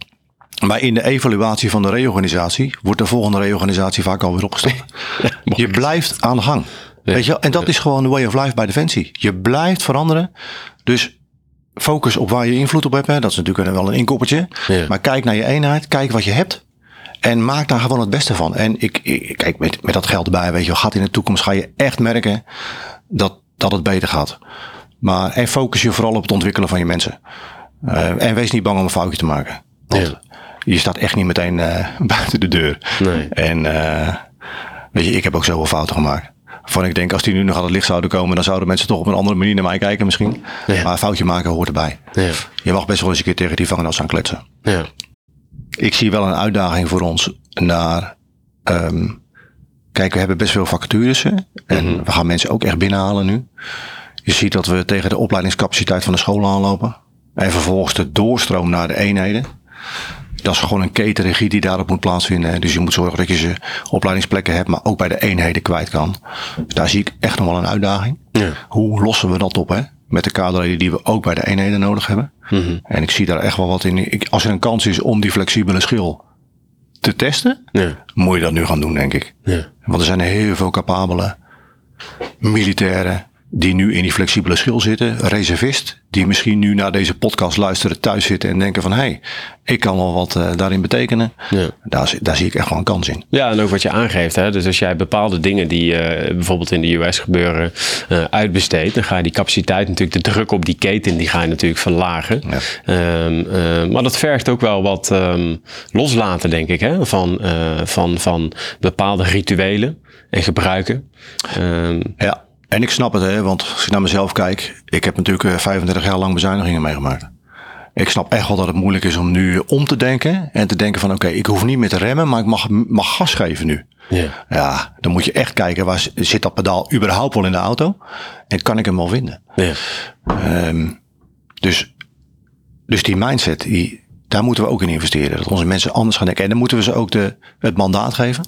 Maar in de evaluatie van de reorganisatie wordt de volgende reorganisatie vaak alweer opgestart. Ja, je blijft aan de gang. Ja. Weet je, en dat is gewoon de way of life bij Defensie. Je blijft veranderen. Dus focus op waar je invloed op hebt. Hè. Dat is natuurlijk wel een inkoppertje. Ja. Maar kijk naar je eenheid. Kijk wat je hebt. En maak daar gewoon het beste van. En ik, ik kijk, met, met dat geld erbij, weet je, gaat in de toekomst ga je echt merken dat, dat het beter gaat. Maar en focus je vooral op het ontwikkelen van je mensen. Uh, en wees niet bang om een foutje te maken. Want ja. je staat echt niet meteen uh, buiten de deur. Nee. En uh, weet je, ik heb ook zoveel fouten gemaakt. Van ik denk, als die nu nog aan het licht zouden komen, dan zouden mensen toch op een andere manier naar mij kijken misschien. Ja. Maar een foutje maken hoort erbij. Ja. Je mag best wel eens een keer tegen die vangenas gaan kletsen. Ja. Ik zie wel een uitdaging voor ons naar, um, kijk, we hebben best veel vacatures. Hè? En mm-hmm. we gaan mensen ook echt binnenhalen nu. Je ziet dat we tegen de opleidingscapaciteit van de scholen aanlopen. En vervolgens de doorstroom naar de eenheden. Dat is gewoon een ketenregie die daarop moet plaatsvinden. Dus je moet zorgen dat je ze opleidingsplekken hebt, maar ook bij de eenheden kwijt kan. Dus daar zie ik echt nog wel een uitdaging. Ja. Hoe lossen we dat op, hè? Met de kaderleden die we ook bij de eenheden nodig hebben. Mm-hmm. En ik zie daar echt wel wat in. Ik, als er een kans is om die flexibele schil te testen, ja. moet je dat nu gaan doen, denk ik. Ja. Want er zijn heel veel capabele militairen die nu in die flexibele schil zitten, reservist, die misschien nu naar deze podcast luisteren, thuis zitten en denken van, hé, hey, ik kan wel wat uh, daarin betekenen. Ja. Daar, daar zie ik echt wel een kans in. Ja, en ook wat je aangeeft, hè? Dus als jij bepaalde dingen die uh, bijvoorbeeld in de U S gebeuren uh, uitbesteedt, dan ga je die capaciteit natuurlijk, de druk op die keten, die ga je natuurlijk verlagen. Ja. Um, uh, maar dat vergt ook wel wat um, loslaten, denk ik, hè? Van, uh, van, van bepaalde rituelen en gebruiken. Um, ja. En ik snap het, hè, want als ik naar mezelf kijk, ik heb natuurlijk vijfendertig jaar lang bezuinigingen meegemaakt. Ik snap echt wel dat het moeilijk is om nu om te denken en te denken van oké, okay, ik hoef niet meer te remmen, maar ik mag, mag gas geven nu. Ja. Ja, dan moet je echt kijken, waar zit dat pedaal überhaupt wel in de auto en kan ik hem wel vinden? Ja. Um, dus, dus die mindset, die, daar moeten we ook in investeren. Dat onze mensen anders gaan denken. En dan moeten we ze ook de, het mandaat geven.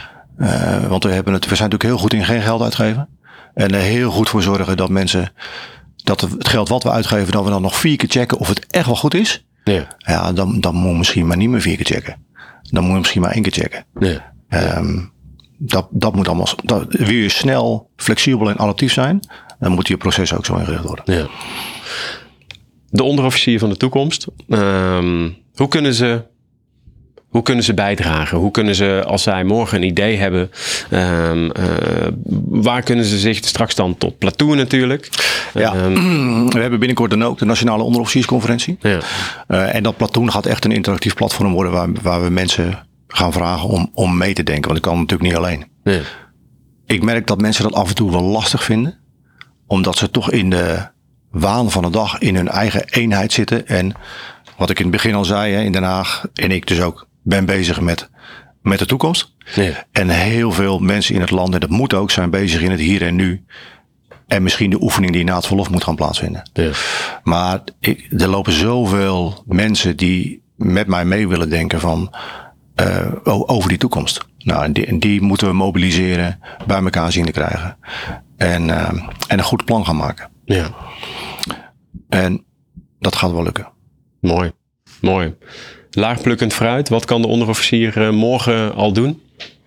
Uh, want we, hebben het, we zijn natuurlijk heel goed in geen geld uitgeven. En er heel goed voor zorgen dat mensen, dat het geld wat we uitgeven, dat we dan nog vier keer checken of het echt wel goed is. Ja, ja dan, dan moet je misschien maar niet meer vier keer checken. Dan moet je misschien maar één keer checken. Ja. Um, dat, dat moet allemaal, dat, wil je snel, flexibel en adaptief zijn, dan moet je proces ook zo ingericht worden. Ja. de onderofficier van de toekomst. Um, hoe kunnen ze... Hoe kunnen ze bijdragen? Hoe kunnen ze, als zij morgen een idee hebben, um, uh, waar kunnen ze zich straks dan tot platoon natuurlijk? Ja, um, we hebben binnenkort dan ook de Nationale Onderofficiersconferentie. Ja. Uh, en dat platoon gaat echt een interactief platform worden waar, waar we mensen gaan vragen om, om mee te denken. Want ik kan natuurlijk niet alleen. Ja. Ik merk dat mensen dat af en toe wel lastig vinden. Omdat ze toch in de waan van de dag in hun eigen eenheid zitten. En wat ik in het begin al zei, hè, in Den Haag en ik dus ook, ben bezig met, met de toekomst. Ja. En heel veel mensen in het land, en dat moet ook, zijn bezig in het hier en nu. En misschien de oefening die na het verlof moet gaan plaatsvinden. Ja. Maar ik, er lopen zoveel mensen die met mij mee willen denken van, uh, over die toekomst. Nou, en die, en die moeten we mobiliseren, bij elkaar zien te krijgen. En, uh, en een goed plan gaan maken. Ja. En dat gaat wel lukken. Mooi, mooi. Laagplukkend fruit, wat kan de onderofficier uh, morgen al doen?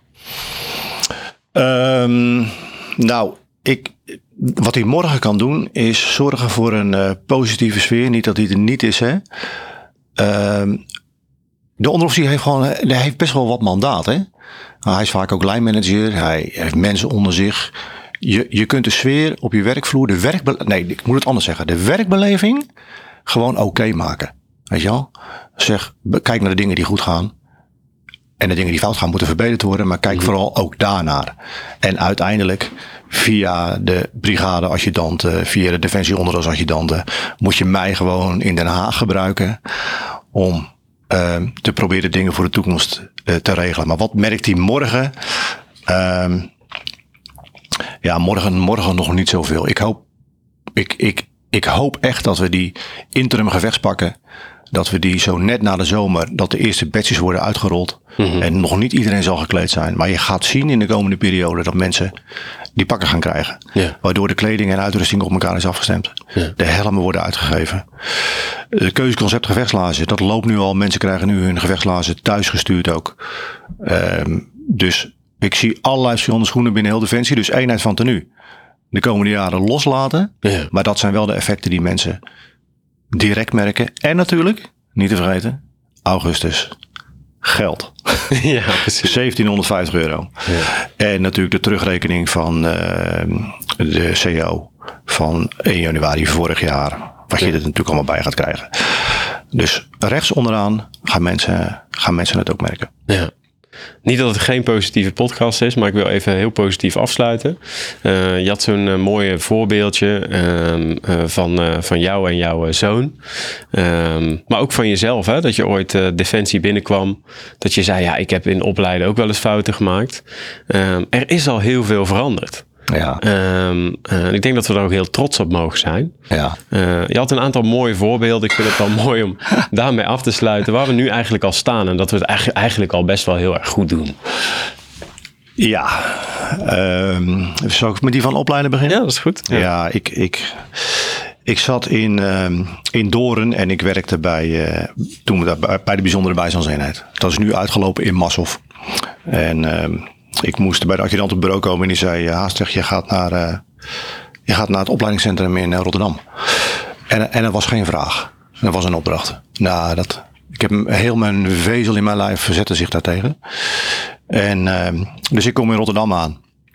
Um, nou, ik, wat hij morgen kan doen is zorgen voor een uh, positieve sfeer. Niet dat hij er niet is, hè. Um, de onderofficier heeft gewoon, hij heeft best wel wat mandaat, hè. Hij is vaak ook lijnmanager, hij heeft mensen onder zich. Je, je kunt de sfeer op je werkvloer, de werkbe- nee, ik moet het anders zeggen. De werkbeleving gewoon oké okay maken. Weet je wel? Zeg, kijk naar de dingen die goed gaan. En de dingen die fout gaan moeten verbeterd worden. Maar kijk mm-hmm. vooral ook daarnaar. En uiteindelijk via de brigade adjudanten, via de defensie onderhoudsadjudanten, moet je mij gewoon in Den Haag gebruiken om uh, te proberen dingen voor de toekomst uh, te regelen. Maar wat merkt hij morgen? Uh, ja, morgen, morgen nog niet zoveel. Ik hoop, ik, ik, ik hoop echt dat we die interim gevechtspakken, dat we die zo net na de zomer, dat de eerste batches worden uitgerold. Mm-hmm. En nog niet iedereen zal gekleed zijn. Maar je gaat zien in de komende periode dat mensen die pakken gaan krijgen. Yeah. Waardoor de kleding en uitrusting op elkaar is afgestemd. Yeah. De helmen worden uitgegeven. De keuzeconcept gevechtslaarzen, dat loopt nu al. Mensen krijgen nu hun gevechtslaarzen thuis gestuurd ook. Um, dus ik zie allerlei verschillende schoenen binnen heel Defensie. Dus eenheid van tenue. De komende jaren loslaten. Yeah. Maar dat zijn wel de effecten die mensen direct merken. En natuurlijk, niet te vergeten, augustus. Geld. Ja, precies. zeventienhonderdvijftig euro. Ja. En natuurlijk de terugrekening van uh, de C O van één januari vorig jaar. Wat je ja. er natuurlijk allemaal bij gaat krijgen. Dus rechts onderaan gaan mensen, gaan mensen het ook merken. Ja. Niet dat het geen positieve podcast is, maar ik wil even heel positief afsluiten. Uh, je had zo'n uh, mooi voorbeeldje uh, uh, van, uh, van jou en jouw uh, zoon. Uh, maar ook van jezelf, hè? Dat je ooit uh, Defensie binnenkwam. Dat je zei, ja, ik heb in opleiden ook wel eens fouten gemaakt. Uh, er is al heel veel veranderd. Ja. Um, uh, ik denk dat we er ook heel trots op mogen zijn. Ja. Uh, je had een aantal mooie voorbeelden. Ik vind het wel mooi om daarmee af te sluiten. Waar we nu eigenlijk al staan. En dat we het eigenlijk al best wel heel erg goed doen. Ja. Um, zal ik met die van opleiden beginnen? Ja, dat is goed. Ja, ja ik, ik, ik zat in, um, in Doorn en ik werkte bij, uh, toen we daar, bij de bijzondere bijstandseenheid. Dat is nu uitgelopen in Massow. En Um, ik moest bij de adjudant op het bureau komen en die zei, Haastig, je gaat naar, uh, je gaat naar het opleidingscentrum in uh, Rotterdam. En, en er was geen vraag. Er was een opdracht. Nou, dat, ik heb heel mijn vezel in mijn lijf verzette zich daartegen. En, uh, dus ik kom in Rotterdam aan.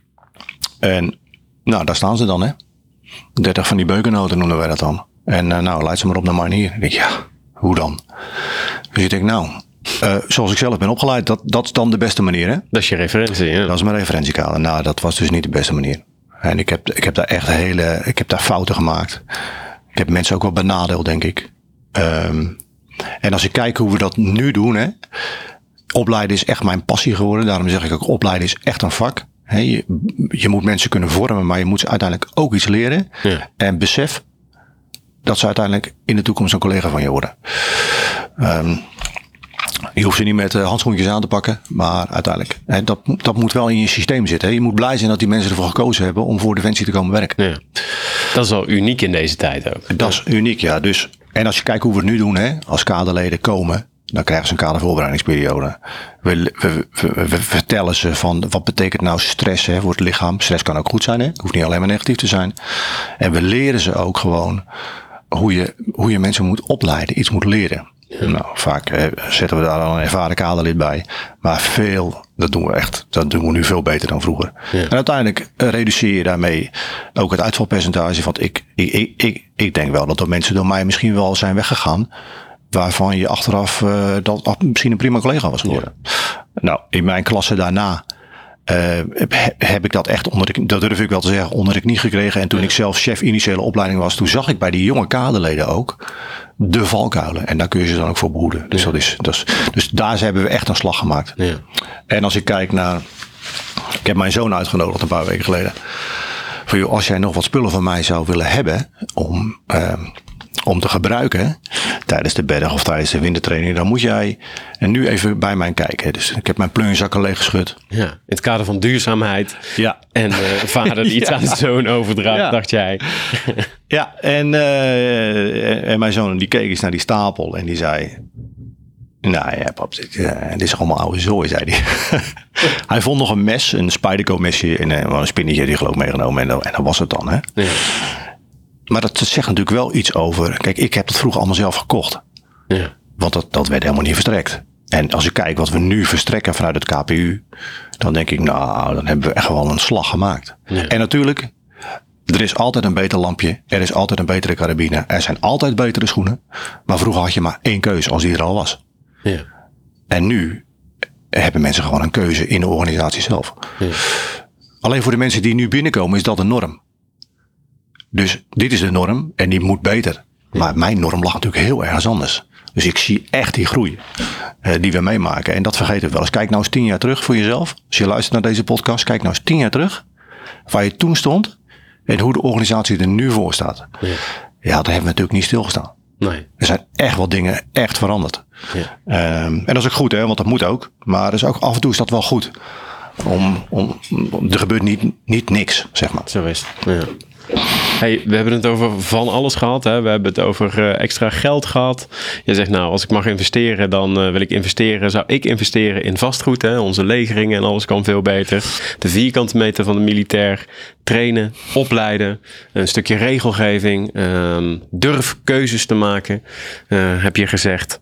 En nou, daar staan ze dan, hè. dertig van die beukennoten noemen wij dat dan. En uh, nou, leid ze maar op naar Marinier. Ik denk, ja, hoe dan? Dus ik denk, nou, Uh, zoals ik zelf ben opgeleid, dat, dat is dan de beste manier, hè? Dat is je referentie, ja. Dat is mijn referentiekader. Nou, dat was dus niet de beste manier. En ik heb, ik heb daar echt hele, ik heb daar fouten gemaakt. Ik heb mensen ook wel benadeeld, denk ik. Um, en als ik kijk hoe we dat nu doen, hè. Opleiden is echt mijn passie geworden. Daarom zeg ik ook, opleiden is echt een vak. He, je, je moet mensen kunnen vormen, maar je moet ze uiteindelijk ook iets leren. Ja. En besef dat ze uiteindelijk in de toekomst een collega van je worden. Um, Je hoeft ze niet met handschoentjes aan te pakken, maar uiteindelijk, hè, dat, dat moet wel in je systeem zitten. Hè. Je moet blij zijn dat die mensen ervoor gekozen hebben om voor Defensie te komen werken. Ja. Dat is wel uniek in deze tijd ook. Dat is uniek, ja. Dus, en als je kijkt hoe we het nu doen, hè, als kaderleden komen, dan krijgen ze een kadervoorbereidingsperiode. We, we, we, we vertellen ze van, wat betekent nou stress, hè, voor het lichaam. Stress kan ook goed zijn, hè. Het hoeft niet alleen maar negatief te zijn. En we leren ze ook gewoon hoe je, hoe je mensen moet opleiden, iets moet leren. Ja. Nou, vaak eh, zetten we daar al een ervaren kaderlid bij. Maar veel, dat doen we echt, dat doen we nu veel beter dan vroeger. Ja. En uiteindelijk uh, reduceer je daarmee ook het uitvalpercentage. Want ik, ik, ik, ik, ik denk wel dat er mensen door mij misschien wel zijn weggegaan. Waarvan je achteraf uh, dat misschien een prima collega was geworden. Ja. Nou, in mijn klasse daarna uh, heb, heb ik dat echt onder de, dat durf ik wel te zeggen, onder de knie gekregen. En toen ja. ik zelf chef initiële opleiding was, toen zag ik bij die jonge kaderleden ook de valkuilen. En daar kun je ze dan ook voor behoeden. Dus, ja. dat is, dat is, dus daar hebben we echt een slag gemaakt. Ja. En als ik kijk naar, ik heb mijn zoon uitgenodigd een paar weken geleden. Van joh, als jij nog wat spullen van mij zou willen hebben om... Uh, om te gebruiken tijdens de berg of tijdens de wintertraining, dan moet jij en nu even bij mij kijken. Dus ik heb mijn plunjezakken leeggeschud. Ja, in het kader van duurzaamheid ja. en uh, vader die iets ja. aan de zoon overdraagt, ja. dacht jij. ja, en, uh, en mijn zoon die keek eens naar die stapel en die zei, nou ja pap, dit, uh, dit is allemaal oude zooi, zei hij. Hij vond nog een mes, een Spyderco mesje en uh, een spinnetje die geloof ik meegenomen en, en dat was het dan. Hè? Ja. Maar dat zegt natuurlijk wel iets over... Kijk, ik heb dat vroeger allemaal zelf gekocht. Ja. Want dat, dat werd helemaal niet verstrekt. En als ik kijk wat we nu verstrekken vanuit het K P U... dan denk ik, nou, dan hebben we echt wel een slag gemaakt. Ja. En natuurlijk, er is altijd een beter lampje. Er is altijd een betere carabine. Er zijn altijd betere schoenen. Maar vroeger had je maar één keuze als die er al was. Ja. En nu hebben mensen gewoon een keuze in de organisatie zelf. Ja. Alleen voor de mensen die nu binnenkomen is dat een norm. Dus dit is de norm en die moet beter. Maar mijn norm lag natuurlijk heel erg anders. Dus ik zie echt die groei uh, die we meemaken. En dat vergeten we wel eens. Kijk nou eens tien jaar terug voor jezelf. Als je luistert naar deze podcast, kijk nou eens tien jaar terug. Waar je toen stond en hoe de organisatie er nu voor staat. Ja, ja daar hebben we natuurlijk niet stilgestaan. Nee. Er zijn echt wat dingen echt veranderd. Ja. Um, en dat is ook goed, hè, want dat moet ook. Maar dus ook af en toe is dat wel goed. Om, om, om, er gebeurt niet, niet niks, zeg maar. Zo is het, ja. Hey, we hebben het over van alles gehad. Hè? We hebben het over uh, extra geld gehad. Je zegt nou, als ik mag investeren, dan uh, wil ik investeren. Zou ik investeren in vastgoed? Hè? Onze legeringen en alles kan veel beter. De vierkante meter van de militair. Trainen, opleiden. Een stukje regelgeving. Um, durf keuzes te maken, uh, heb je gezegd.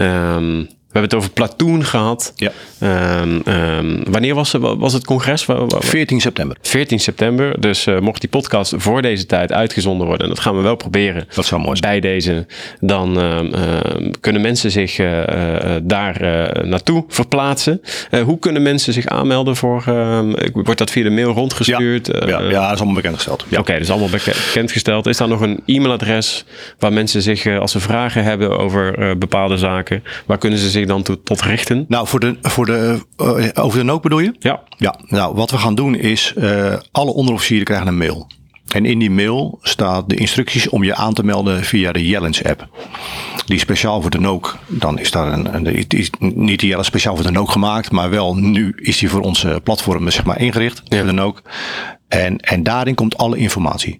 Um, We hebben het over platoon gehad. Ja. Um, um, wanneer was, was het congres? veertien september. veertien september. Dus uh, mocht die podcast voor deze tijd uitgezonden worden, en dat gaan we wel proberen. Dat zou mooi zijn. Bij deze, dan uh, uh, kunnen mensen zich uh, uh, daar uh, naartoe verplaatsen. Uh, hoe kunnen mensen zich aanmelden voor? Uh, wordt dat via de mail rondgestuurd? Ja, ja, ja dat is allemaal bekendgesteld. Ja. Oké, okay, dat is allemaal bekendgesteld. Is daar nog een e-mailadres waar mensen zich, uh, als ze vragen hebben over uh, bepaalde zaken, waar kunnen ze zich dan tot, tot richten? Nou, voor de, voor de, uh, over de nook bedoel je? Ja. Ja. Nou, wat we gaan doen is, uh, alle onderofficieren krijgen een mail. En in die mail staat de instructies om je aan te melden via de Jellens app. Die is speciaal voor de nook. Dan is daar een, een die is niet die Jellens speciaal voor de nook gemaakt, maar wel nu is die voor onze platform zeg maar ingericht, ja. Voor de nook. En, en daarin komt alle informatie.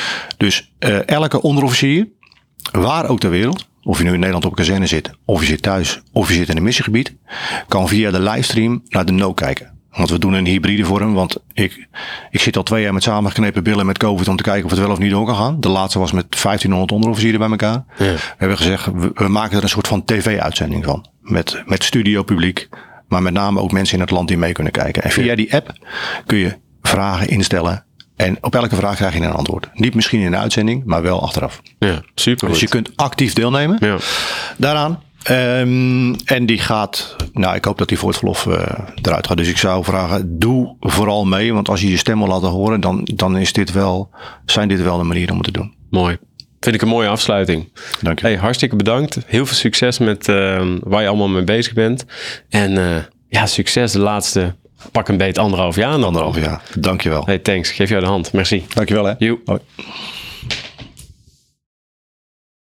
Dus uh, elke onderofficier, waar ook ter wereld, of je nu in Nederland op een kazerne zit, of je zit thuis, of je zit in een missiegebied, kan via de livestream naar de nook kijken. Want we doen een hybride vorm, want ik, ik zit al twee jaar met samengeknepen billen met COVID om te kijken of het wel of niet door kan gaan. De laatste was met vijftienhonderd onderofficieren bij elkaar. Ja. We hebben gezegd, we, we maken er een soort van tv-uitzending van. Met, met studiopubliek, maar met name ook mensen in het land die mee kunnen kijken. En via die app kun je vragen instellen. En op elke vraag krijg je een antwoord. Niet misschien in de uitzending, maar wel achteraf. Ja, super. Dus je kunt actief deelnemen ja. daaraan. Um, en die gaat, nou ik hoop dat die voor het verlof uh, eruit gaat. Dus ik zou vragen, doe vooral mee. Want als je je stem wil laten horen, dan, dan is dit wel, zijn dit wel de manieren om het te doen. Mooi. Vind ik een mooie afsluiting. Dank je. Hey, hartstikke bedankt. Heel veel succes met uh, waar je allemaal mee bezig bent. En uh, ja, succes de laatste... Pak een beet anderhalf jaar. Anderhalf jaar. Dank je wel. Hey, thanks. Geef jou de hand. Merci. Dank je wel. Hè. Hoi.